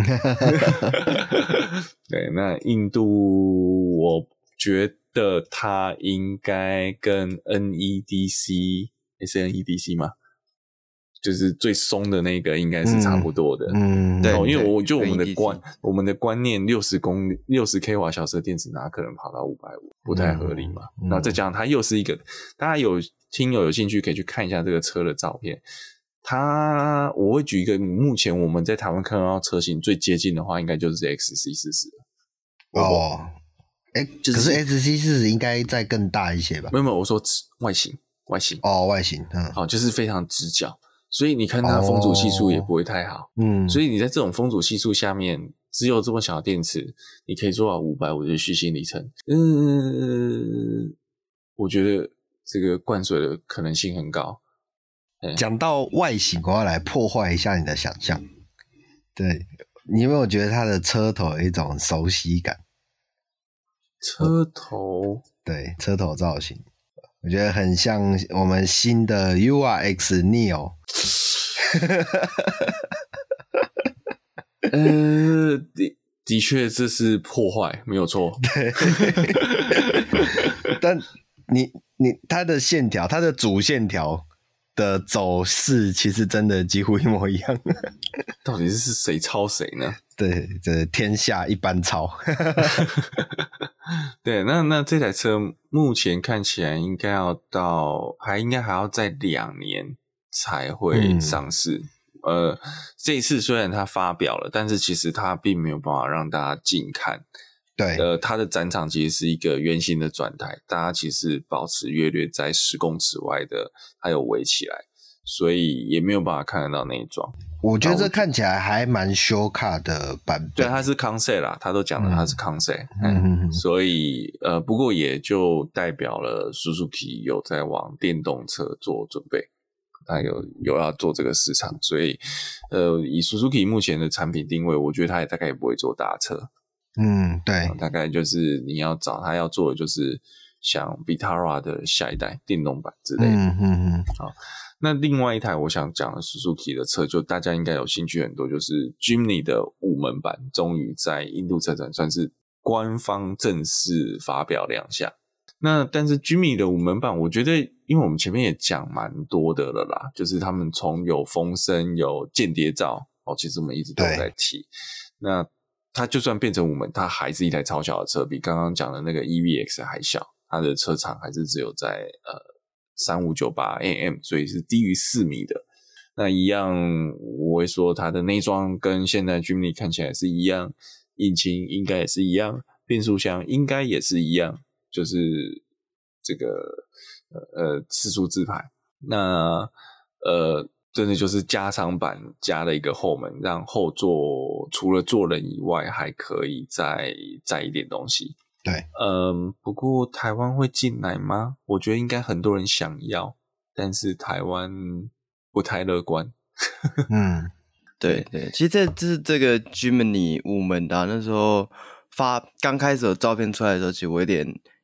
Speaker 1: 对，那印度我觉得它应该跟 N E D C 是 N E D C 吗？就是最松的那个应该是差不多的。
Speaker 2: 嗯，
Speaker 3: 对，
Speaker 1: 哦，因为我就我们的
Speaker 3: N E D C
Speaker 1: 观我们的观念六十公里 六十 k 瓦小时的电池哪可能跑到五百五十，不太合理嘛。
Speaker 2: 嗯嗯、
Speaker 1: 然后再加上它又是一个，大家有听友有兴趣可以去看一下这个车的照片。它我会举一个目前我们在台湾看到车型最接近的话，应该就是 X C 四十 了。
Speaker 2: 哦，哎、就是，可是 X C 四十应该再更大一些吧？
Speaker 1: 没有没有，我说外形外形
Speaker 2: 哦，外形，嗯，
Speaker 1: 好、哦，就是非常直角，所以你看它风阻系数也不会太好，
Speaker 2: 嗯、哦，
Speaker 1: 所以你在这种风阻系数下面，只有这么小的电池，你可以做到五百五十的续行里程。嗯，我觉得这个灌水的可能性很高。
Speaker 2: 讲到外形，我要来破坏一下你的想象。对，你有没有觉得它的车头有一种熟悉感？
Speaker 1: 车头，
Speaker 2: 对，车头造型，我觉得很像我们新的 U R X Neo。
Speaker 1: 呃，的的确这是破坏，没有错。
Speaker 2: 对，但你你它的线条，它的主线条的走势其实真的几乎一模一样。
Speaker 1: 到底是谁抄谁呢？
Speaker 2: 对，这天下一般抄。
Speaker 1: 对，那那这台车目前看起来应该要到，还应该还要再两年才会上市。嗯、呃，这一次虽然它发表了，但是其实它并没有办法让大家近看。
Speaker 2: 对，
Speaker 1: 呃，它的展场其实是一个圆形的转台，大家其实保持约略在十公尺外的，它有围起来，所以也没有办法看得到内装。
Speaker 2: 我觉得这看起来还蛮 show car 的版本。
Speaker 1: 对，它是 concept 啦，他都讲了它是 concept，
Speaker 2: 嗯嗯嗯，
Speaker 1: 所以呃，不过也就代表了 Suzuki 有在往电动车做准备，它有有要做这个市场，所以呃，以 Suzuki 目前的产品定位，我觉得它也大概也不会做大车。
Speaker 2: 嗯，对，
Speaker 1: 大概就是你要找他要做的就是像 Vitara 的下一代电动版之类的。
Speaker 2: 嗯嗯嗯。
Speaker 1: 好，那另外一台我想讲的 Suzuki 的车，就大家应该有兴趣很多，就是 Jimny 的五门版，终于在印度车展算是官方正式发表亮相。那但是 Jimny 的五门版，我觉得因为我们前面也讲蛮多的了啦，就是他们从有风声有间谍照，哦，其实我们一直都有在提。那它就算变成五门，它还是一台超小的车，比刚刚讲的那个 E V X 还小，它的车长还是只有在呃三五九八 A M， 所以是低于四米的。那一样，我会说它的内装跟现在 Jimny 看起来是一样，引擎应该也是一样，变速箱应该也是一样，就是这个呃呃次数自排。那呃。真的就是加长版加了一个后门，让后座除了坐人以外，还可以再载一点东西。
Speaker 2: 对，
Speaker 1: 嗯，不过台湾会进来吗？我觉得应该很多人想要，但是台湾不太乐观。
Speaker 2: 嗯，
Speaker 3: 对对，其实这这这个 Jimny 五门的、啊、那时候发刚开始有照片出来的时候，其实我有点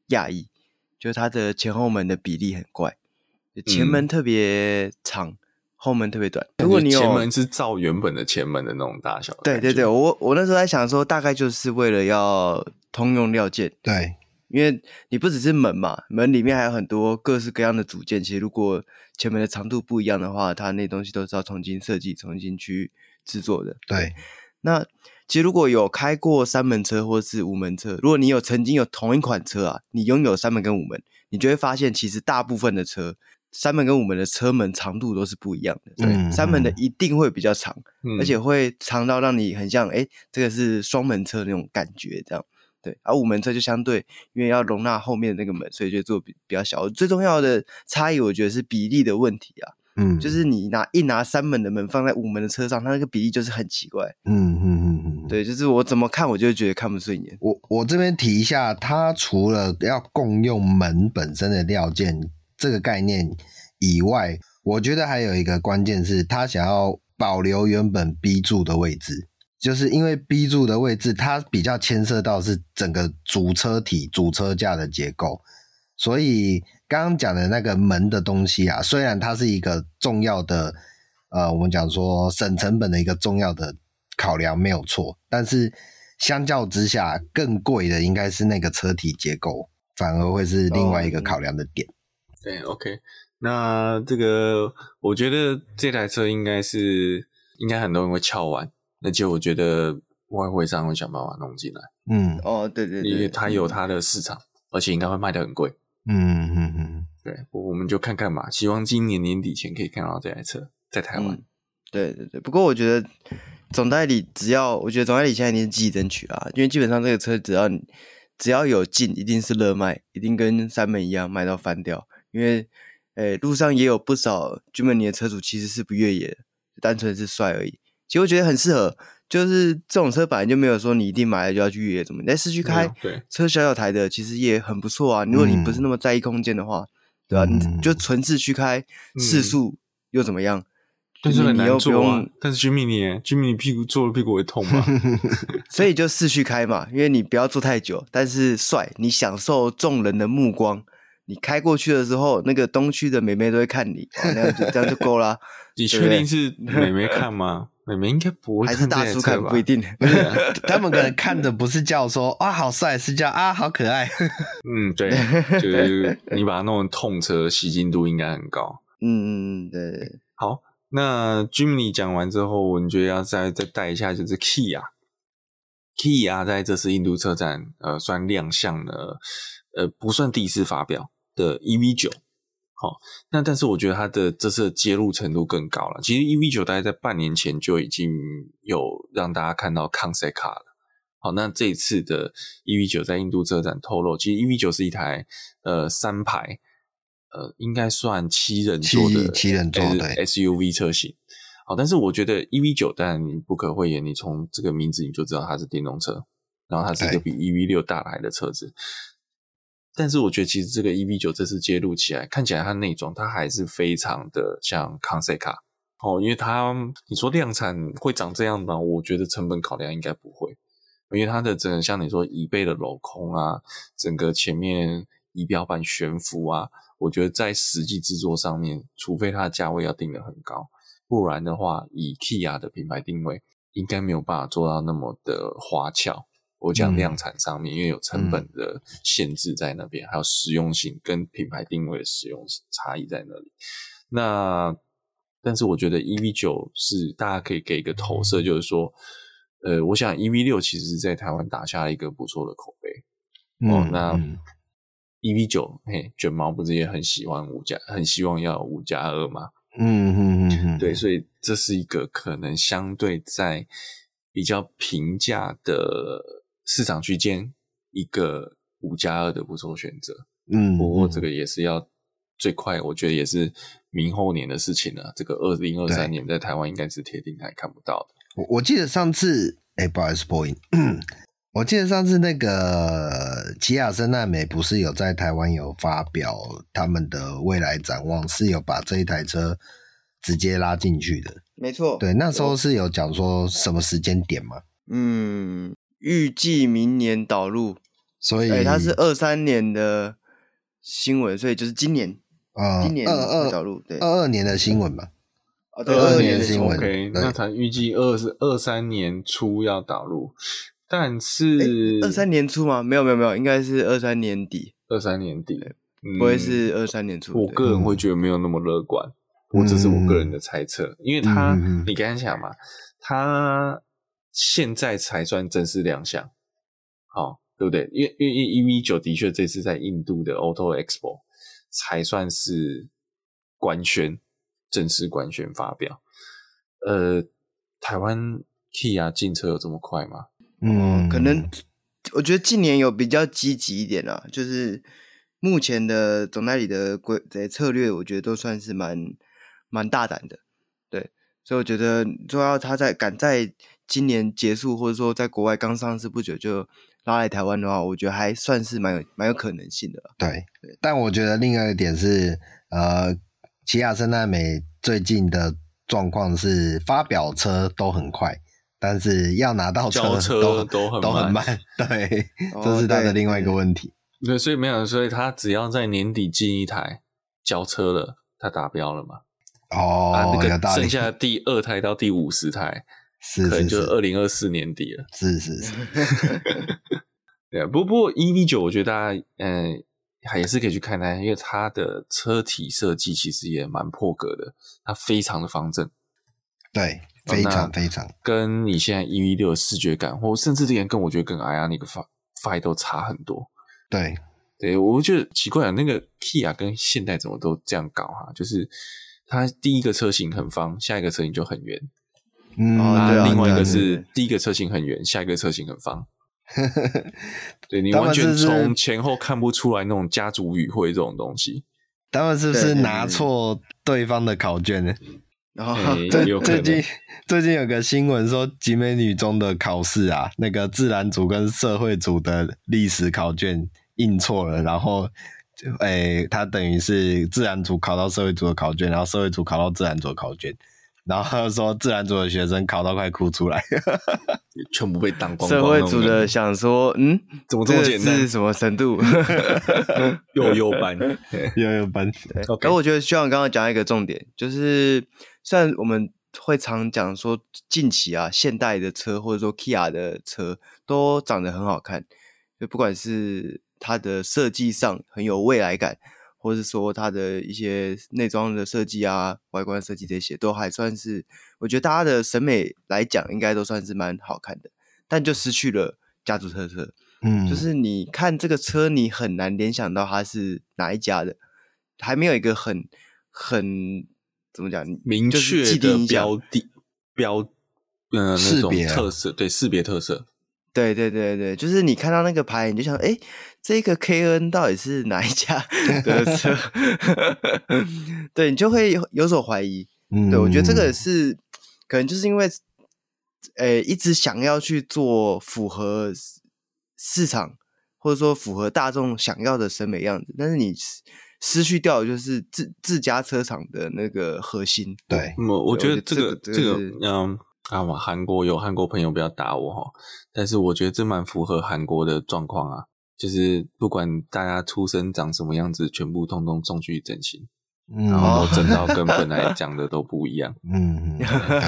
Speaker 3: 讶异，就是它的前后门的比例很怪，前门特别长。嗯后门特别短，如果你有
Speaker 1: 前门是照原本的前门的那种大小的，
Speaker 3: 对对对，我我那时候在想说，大概就是为了要通用料件，
Speaker 2: 对，
Speaker 3: 因为你不只是门嘛，门里面还有很多各式各样的组件，其实如果前门的长度不一样的话，它那东西都是要重新设计、重新去制作的。
Speaker 2: 对，
Speaker 3: 那其实如果有开过三门车或是五门车，如果你有曾经有同一款车啊，你拥有三门跟五门，你就会发现，其实大部分的车。三门跟五门的车门长度都是不一样的，对，嗯、三门的一定会比较长，嗯、而且会长到让你很像，哎，这个是双门车那种感觉，这样，对。而五门车就相对，因为要容纳后面的那个门，所以就做比比较小。最重要的差异，我觉得是比例的问题啊，嗯，就是你拿一拿三门的门放在五门的车上，它那个比例就是很奇怪，嗯嗯嗯嗯，对，就是我怎么看我就觉得看不顺眼。
Speaker 2: 我我这边提一下，它除了要共用门本身的料件。这个概念以外，我觉得还有一个关键是他想要保留原本 B 柱的位置，就是因为 B 柱的位置它比较牵涉到是整个主车体主车架的结构，所以刚刚讲的那个门的东西啊，虽然它是一个重要的呃，我们讲说省成本的一个重要的考量没有错，但是相较之下更贵的应该是那个车体结构，反而会是另外一个考量的点。
Speaker 1: 对 ，OK， 那这个我觉得这台车应该是应该很多人会敲完，而且我觉得外汇商会想办法弄进来。
Speaker 3: 嗯，哦，对对对，
Speaker 1: 因为它有它的市场，而且应该会卖得很贵。
Speaker 2: 嗯嗯嗯，
Speaker 1: 对，我们就看看吧，希望今年年底前可以看到这台车在台湾。嗯、
Speaker 3: 对对对，不过我觉得总代理只要，我觉得总代理现在一定是积极争取啊，因为基本上这个车只要只要有进，一定是热卖，一定跟三门一样卖到翻掉。因为，诶，路上也有不少Gemini的车主其实是不越野的，单纯是帅而已。其实我觉得很适合，就是这种车本来就没有说你一定买了就要去越野怎么，你在市区开，
Speaker 1: 对，
Speaker 3: 车小小台的其实也很不错啊。如果你不是那么在意空间的话，嗯、对吧、啊？你就纯市区开，市速又怎么样？
Speaker 1: 但是很难坐啊。但是 Gemini Gemini 屁股坐了屁股会痛吧？
Speaker 3: 所以就市区开嘛，因为你不要坐太久，但是帅，你享受众人的目光。你开过去的时候，那个东区的妹妹都会看你，哦、那样就这样就够啦。
Speaker 1: 你确定是妹妹看吗？妹妹应该不会看，
Speaker 3: 还是大叔看不一定。
Speaker 2: 他们可能看的不是叫说啊好帅，是叫啊好可爱。
Speaker 1: 嗯，对，就是你把它弄成痛车，吸睛度应该很高。
Speaker 3: 嗯嗯对。
Speaker 1: 好，那 Gemini 讲完之后，我觉得要再再带一下，就是 Kia。Kia 在这次印度车展，呃，算亮相了。呃，不算第一次发表的 E V 九， 好，那但是我觉得它的这次的揭露程度更高了。其实 E V 九 大概在半年前就已经有让大家看到 concept car 了。好，那这一次的 E V 九 在印度车展透露，其实 E V 九 是一台呃三排，呃应该算七人座的
Speaker 2: 七人座对
Speaker 1: S U V 车型。好，但是我觉得 E V 九 当然你不可讳言，你从这个名字你就知道它是电动车，然后它是一个比 E V 六 大台的车子。但是我觉得其实这个 E V 九 这次揭露起来，看起来它内装它还是非常的像 concept car 哦，因为它你说量产会长这样吗？我觉得成本考量应该不会，因为它的整个像你说椅背的镂空啊，整个前面仪表板悬浮啊，我觉得在实际制作上面，除非它的价位要定得很高，不然的话以 Kia 的品牌定位应该没有办法做到那么的花俏。我讲量产上面、嗯、因为有成本的限制在那边、嗯、还有实用性跟品牌定位的实用性差异在那里。那但是我觉得 E V 九 是大家可以给一个投射，就是说呃，我想 E V 六 其实在台湾打下了一个不错的口碑、嗯、哦，那、嗯、E V 九 嘿，卷毛不是也很喜欢五加很希望要五加二吗？
Speaker 2: 嗯嗯嗯，
Speaker 1: 对，所以这是一个可能相对在比较平价的市场区间一个五加二的不错选择。嗯，不过这个也是要最快，我觉得也是明后年的事情了。这个二零二三年在台湾应该是铁定还看不到的。
Speaker 2: 我我记得上次，哎，不好意思，播音。我记得上次那个奇亚森奈美不是有在台湾有发表他们的未来展望，是有把这一台车直接拉进去的。
Speaker 3: 没错，
Speaker 2: 对，那时候是有讲说什么时间点吗？
Speaker 3: 嗯，预计明年导入，
Speaker 2: 所以
Speaker 3: 哎，它是二三年的新闻，所以就是今年，
Speaker 2: 呃，
Speaker 3: 今年
Speaker 2: 二二
Speaker 3: 导入，对，
Speaker 2: 二二年的新闻吧。
Speaker 3: 哦，对，
Speaker 2: 二二
Speaker 3: 二
Speaker 2: 年的新闻
Speaker 1: ，OK，
Speaker 2: 对
Speaker 1: 那才预计二是二三年初要导入，但是
Speaker 3: 二三年初吗？没有没有没有，应该是二三年底，
Speaker 1: 二三年底，
Speaker 3: 不会是二三年初。
Speaker 1: 我个人会觉得没有那么乐观，
Speaker 2: 嗯、
Speaker 1: 我这是我个人的猜测，因为他，
Speaker 2: 嗯嗯嗯、
Speaker 1: 你刚才想嘛，他现在才算正式亮相，好，对不对？因为因为 E V 九 的确这次在印度的 Auto Expo 才算是官宣，正式官宣发表。呃，台湾 Kia 进车有这么快吗？
Speaker 3: 嗯，可能我觉得近年有比较积极一点啦，就是目前的总代理的规策略，我觉得都算是蛮蛮大胆的，对，所以我觉得说要他在赶在今年结束，或者说在国外刚上市不久就拉来台湾的话，我觉得还算是蛮有蛮有可能性的啦。
Speaker 2: 对，对，但我觉得另外一点是，呃，起亚圣诞美最近的状况是发表车都很快，但是要拿到车
Speaker 1: 交车
Speaker 2: 都
Speaker 1: 都很
Speaker 2: 都很慢，对，
Speaker 3: 哦、
Speaker 2: 这是他的另外一个问题。
Speaker 1: 对，所以没有，所以他只要在年底进一台交车了，他达标了嘛？
Speaker 2: 哦，
Speaker 1: 啊，那
Speaker 2: 有道理。
Speaker 1: 个剩下的第二台到第五十台，
Speaker 2: 是是是，
Speaker 1: 可能就二零二四年底了。
Speaker 2: 是是是，
Speaker 1: 对，不不过 E V 九 我觉得大家嗯、呃、还是可以去看看，因为它的车体设计其实也蛮破格的，它非常的方正。
Speaker 2: 对，非常非常，
Speaker 1: 跟你现在 E V 六 的视觉感，或甚至这点跟我觉得跟 Ioniq Five 都差很多。
Speaker 2: 对。
Speaker 1: 对，我觉得奇怪啊，那个 Kia 跟现代怎么都这样搞哈、啊？就是它第一个车型很方，下一个车型就很圆。
Speaker 2: 嗯，
Speaker 1: 啊，
Speaker 3: 对啊
Speaker 1: 另外一个
Speaker 3: 对
Speaker 1: 是第一个车型很圆，下一个车型很方。对，你完全从前后看不出来那种家族语汇这种东西。
Speaker 2: 他们是不是拿错对方的考卷呢？
Speaker 3: 然后、
Speaker 1: 欸、
Speaker 2: 最
Speaker 1: 有可能
Speaker 2: 最近最近有个新闻说，集美女中的考试啊，那个自然组跟社会组的历史考卷印错了，然后，诶，他等于是自然组考到社会组的考卷，然后社会组考到自然组的考卷，然后他说自然组的学生考到快哭出来，
Speaker 1: 全部被当光光。
Speaker 3: 社会组的想说，嗯，
Speaker 1: 怎么这么简单？
Speaker 3: 这是什么程度？
Speaker 1: 幼幼班，
Speaker 2: 幼幼班。
Speaker 3: 对，可我觉得希望刚刚讲一个重点，就是虽然我们会常讲说近期啊，现代的车或者说 Kia 的车都长得很好看，就不管是它的设计上很有未来感，或是说它的一些内装的设计啊、外观设计这些，都还算是我觉得大家的审美来讲，应该都算是蛮好看的，但就失去了家族特色。
Speaker 2: 嗯，
Speaker 3: 就是你看这个车，你很难联想到它是哪一家的，还没有一个很很怎么讲
Speaker 1: 明确的标的标呃那种特色，对，识别特色。
Speaker 3: 对对对对，就是你看到那个牌，你就想，哎，这个 K N 到底是哪一家的车？对，你就会有所怀疑。
Speaker 2: 嗯，
Speaker 3: 对，我觉得这个是可能就是因为，呃，一直想要去做符合市场或者说符合大众想要的审美样子，但是你失去掉的就是自自家车厂的那个核心。
Speaker 2: 对，
Speaker 1: 嗯，我觉得这个
Speaker 3: 这个
Speaker 1: 这个嗯。啊，我韩国有韩国朋友不要打我齁，但是我觉得这蛮符合韩国的状况啊，就是不管大家出生长什么样子，全部通通送去整形，
Speaker 2: 嗯、
Speaker 1: 然后都整到跟本来讲的都不一样。
Speaker 2: 嗯，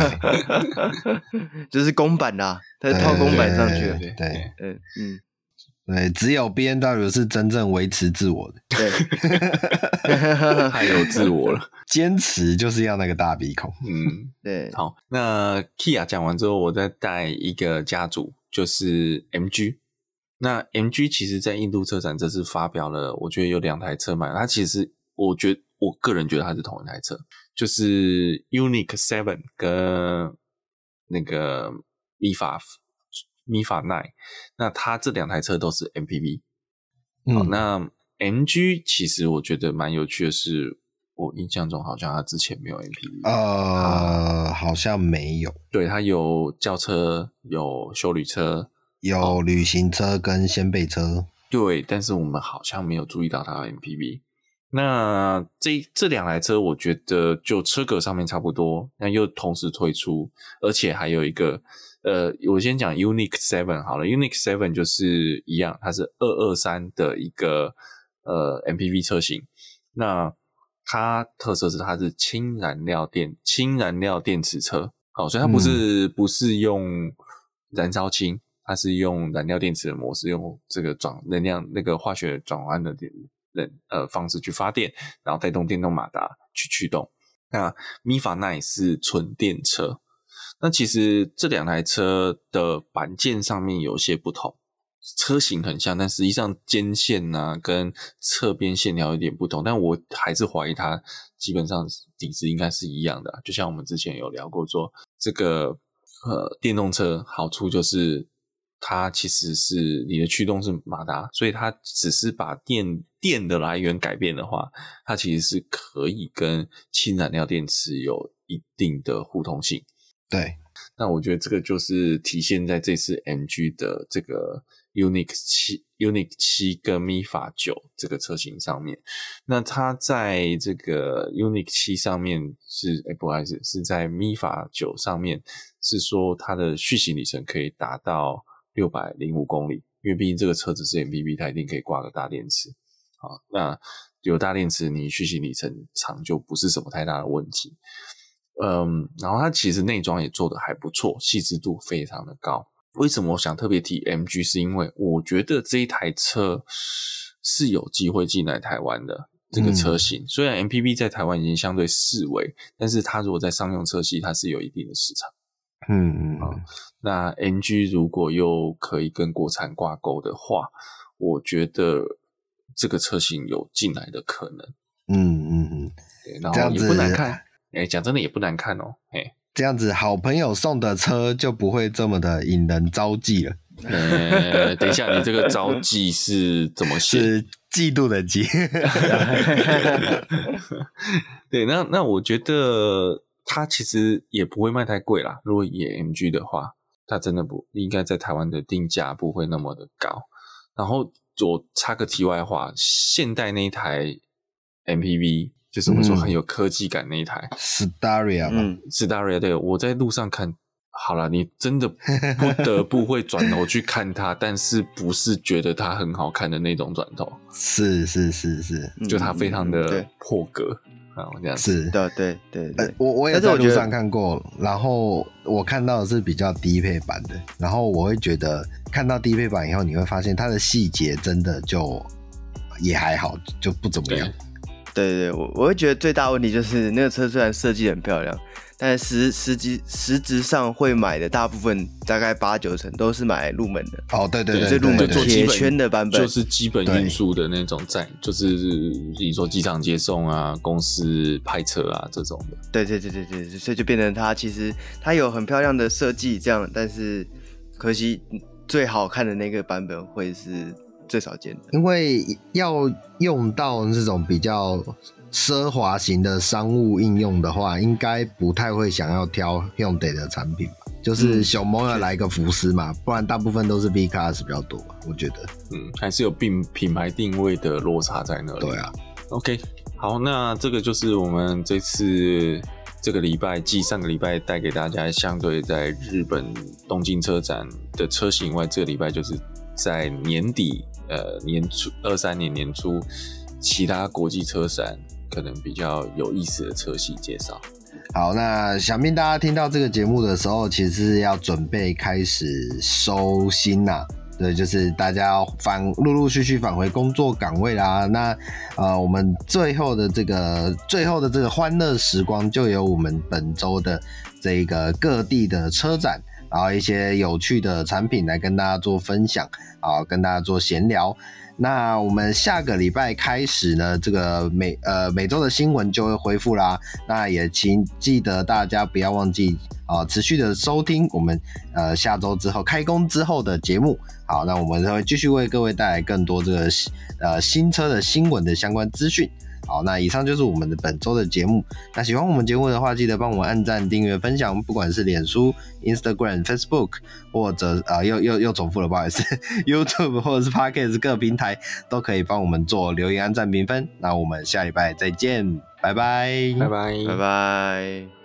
Speaker 3: 就是公版啦，它套公版上去了。
Speaker 2: 对，
Speaker 3: 对，嗯嗯。
Speaker 2: 对，只有 B M W 是真正维持自我的，
Speaker 3: 对，
Speaker 1: 太有自我了，
Speaker 2: 坚持就是要那个大鼻孔。
Speaker 1: 嗯，
Speaker 3: 对。
Speaker 1: 好，那 Kia 讲完之后，我再带一个家族，就是 M G。那 M G 其实在印度车展这次发表了，我觉得有两台车卖，它其实我觉得我个人觉得它是同一台车，就是 Uniq Seven 跟那个 Mifa Mifa Nine， 那它这两台车都是 M P V。
Speaker 2: 嗯，
Speaker 1: 好，那 M G 其实我觉得蛮有趣的是，我印象中好像它之前没有 M P V。
Speaker 2: 呃，好像没有。
Speaker 1: 对，它有轿车，有休旅车，
Speaker 2: 有旅行车跟掀背车。
Speaker 1: 对，但是我们好像没有注意到它的 M P V。 那这这两台车，我觉得就车格上面差不多，那又同时推出，而且还有一个，呃，我先讲 Uniq 七好了 ，Uniq 七就是一样，它是二二三的一个呃 M P V 车型。那它特色是它是氢燃料电氢燃料电池车，好，所以它不是、嗯、不是用燃烧氢，它是用燃料电池的模式，用这个转能量那个化学转换的电。呃方式去发电，然后带动电动马达去驱动。那 Mifa 九是纯电车。那其实这两台车的板件上面有些不同，车型很像，但实际上肩线啊跟侧边线条有点不同，但我还是怀疑它基本上底子应该是一样的、啊、就像我们之前有聊过说这个呃电动车好处就是它其实是你的驱动是马达，所以它只是把电电的来源改变的话，它其实是可以跟氢燃料电池有一定的互通性。
Speaker 2: 对，
Speaker 1: 那我觉得这个就是体现在这次 M G 的这个 Uniq 七 Uniq 七跟 Mifa 九这个车型上面。那它在这个 Uniq 七上面是诶不好意思是在 Mifa 九上面是说它的续行里程可以达到六百零五公里，因为毕竟这个车子是 M P V， 它一定可以挂个大电池。好，那有大电池你续行里程长就不是什么太大的问题。嗯，然后它其实内装也做得还不错，细致度非常的高。为什么我想特别提 M G， 是因为我觉得这一台车是有机会进来台湾的这个车型、嗯、虽然 M P V 在台湾已经相对式微，但是它如果在商用车系它是有一定的市场。
Speaker 2: 嗯嗯
Speaker 1: 嗯，那 M G 如果又可以跟国产挂钩的话，我觉得这个车型有进来的可能。
Speaker 2: 嗯嗯嗯，
Speaker 1: 对，然后也不难看，哎，讲真的也不难看哦，嘿，
Speaker 2: 这样子好朋友送的车就不会这么的引人招忌了。
Speaker 1: 呃，等一下，你这个招忌是怎么写？
Speaker 2: 是嫉妒的嫉。
Speaker 1: 对，那那我觉得它其实也不会卖太贵啦。如果以 M G 的话，它真的不应该在台湾的定价不会那么的高。然后我插个题外话，现代那一台 M P V 就是我们说很有科技感那一台、
Speaker 2: 嗯、Staria 嘛、
Speaker 1: 嗯、Staria 对，我在路上看，好啦，你真的不得不会转头去看它，但是不是觉得它很好看的那种转头，
Speaker 2: 是是是是，
Speaker 1: 就它非常的破格。这样
Speaker 2: 是
Speaker 3: 对对对对、
Speaker 2: 呃、我我也在路上看过，然后我看到的是比较低配版的，然后我会觉得看到低配版以后，你会发现它的细节真的就也还好，就不怎么样。
Speaker 3: 对对对，我我会觉得最大问题就是那个车虽然设计很漂亮，但实实际实质上会买的大部分大概八九成都是买入门的。
Speaker 2: 哦，对对对，
Speaker 3: 对，入门铁圈的版本
Speaker 1: 就是基本运输的那种在，就是你说机场接送啊、公司派车啊这种的。
Speaker 3: 对对对对对，所以就变成它其实它有很漂亮的设计这样，但是可惜最好看的那个版本会是最少见的，
Speaker 2: 因为要用到这种比较奢华型的商务应用的话，应该不太会想要挑 Hyundai 的产品吧，就是小摩要来个福斯嘛、嗯、不然大部分都是 V-Class 比较多吧，我觉得
Speaker 1: 嗯，还是有品品牌定位的落差在那里。
Speaker 2: 对啊
Speaker 1: OK， 好，那这个就是我们这次这个礼拜继上个礼拜带给大家相对在日本东京车展的车型外，这个礼拜就是在年底呃年初二三年年初其他国际车展可能比较有意思的车系介绍。
Speaker 2: 好，那想必大家听到这个节目的时候，其实是要准备开始收心啦、啊。对，就是大家要返陆陆续续返回工作岗位啦。那呃，我们最后的这个最后的这个欢乐时光，就由我们本周的这个各地的车展，然后一些有趣的产品来跟大家做分享，啊，跟大家做闲聊。那我们下个礼拜开始呢，这个每呃每周的新闻就会恢复啦。那也请记得大家不要忘记啊、呃，持续的收听我们呃下周之后开工之后的节目。好，那我们会继续为各位带来更多这个呃新车的新闻的相关资讯。 好，那以上就是我们的本周的节目。那喜欢我们节目的话，记得帮我们按赞、订阅、分享，不管是脸书、Instagram、Facebook， 或者呃又又又重复了，不好意思，YouTube 或者是 Podcast 各平台都可以帮我们做留言、按赞、评分。那我们下礼拜再见，拜拜，
Speaker 1: 拜拜，
Speaker 3: 拜拜。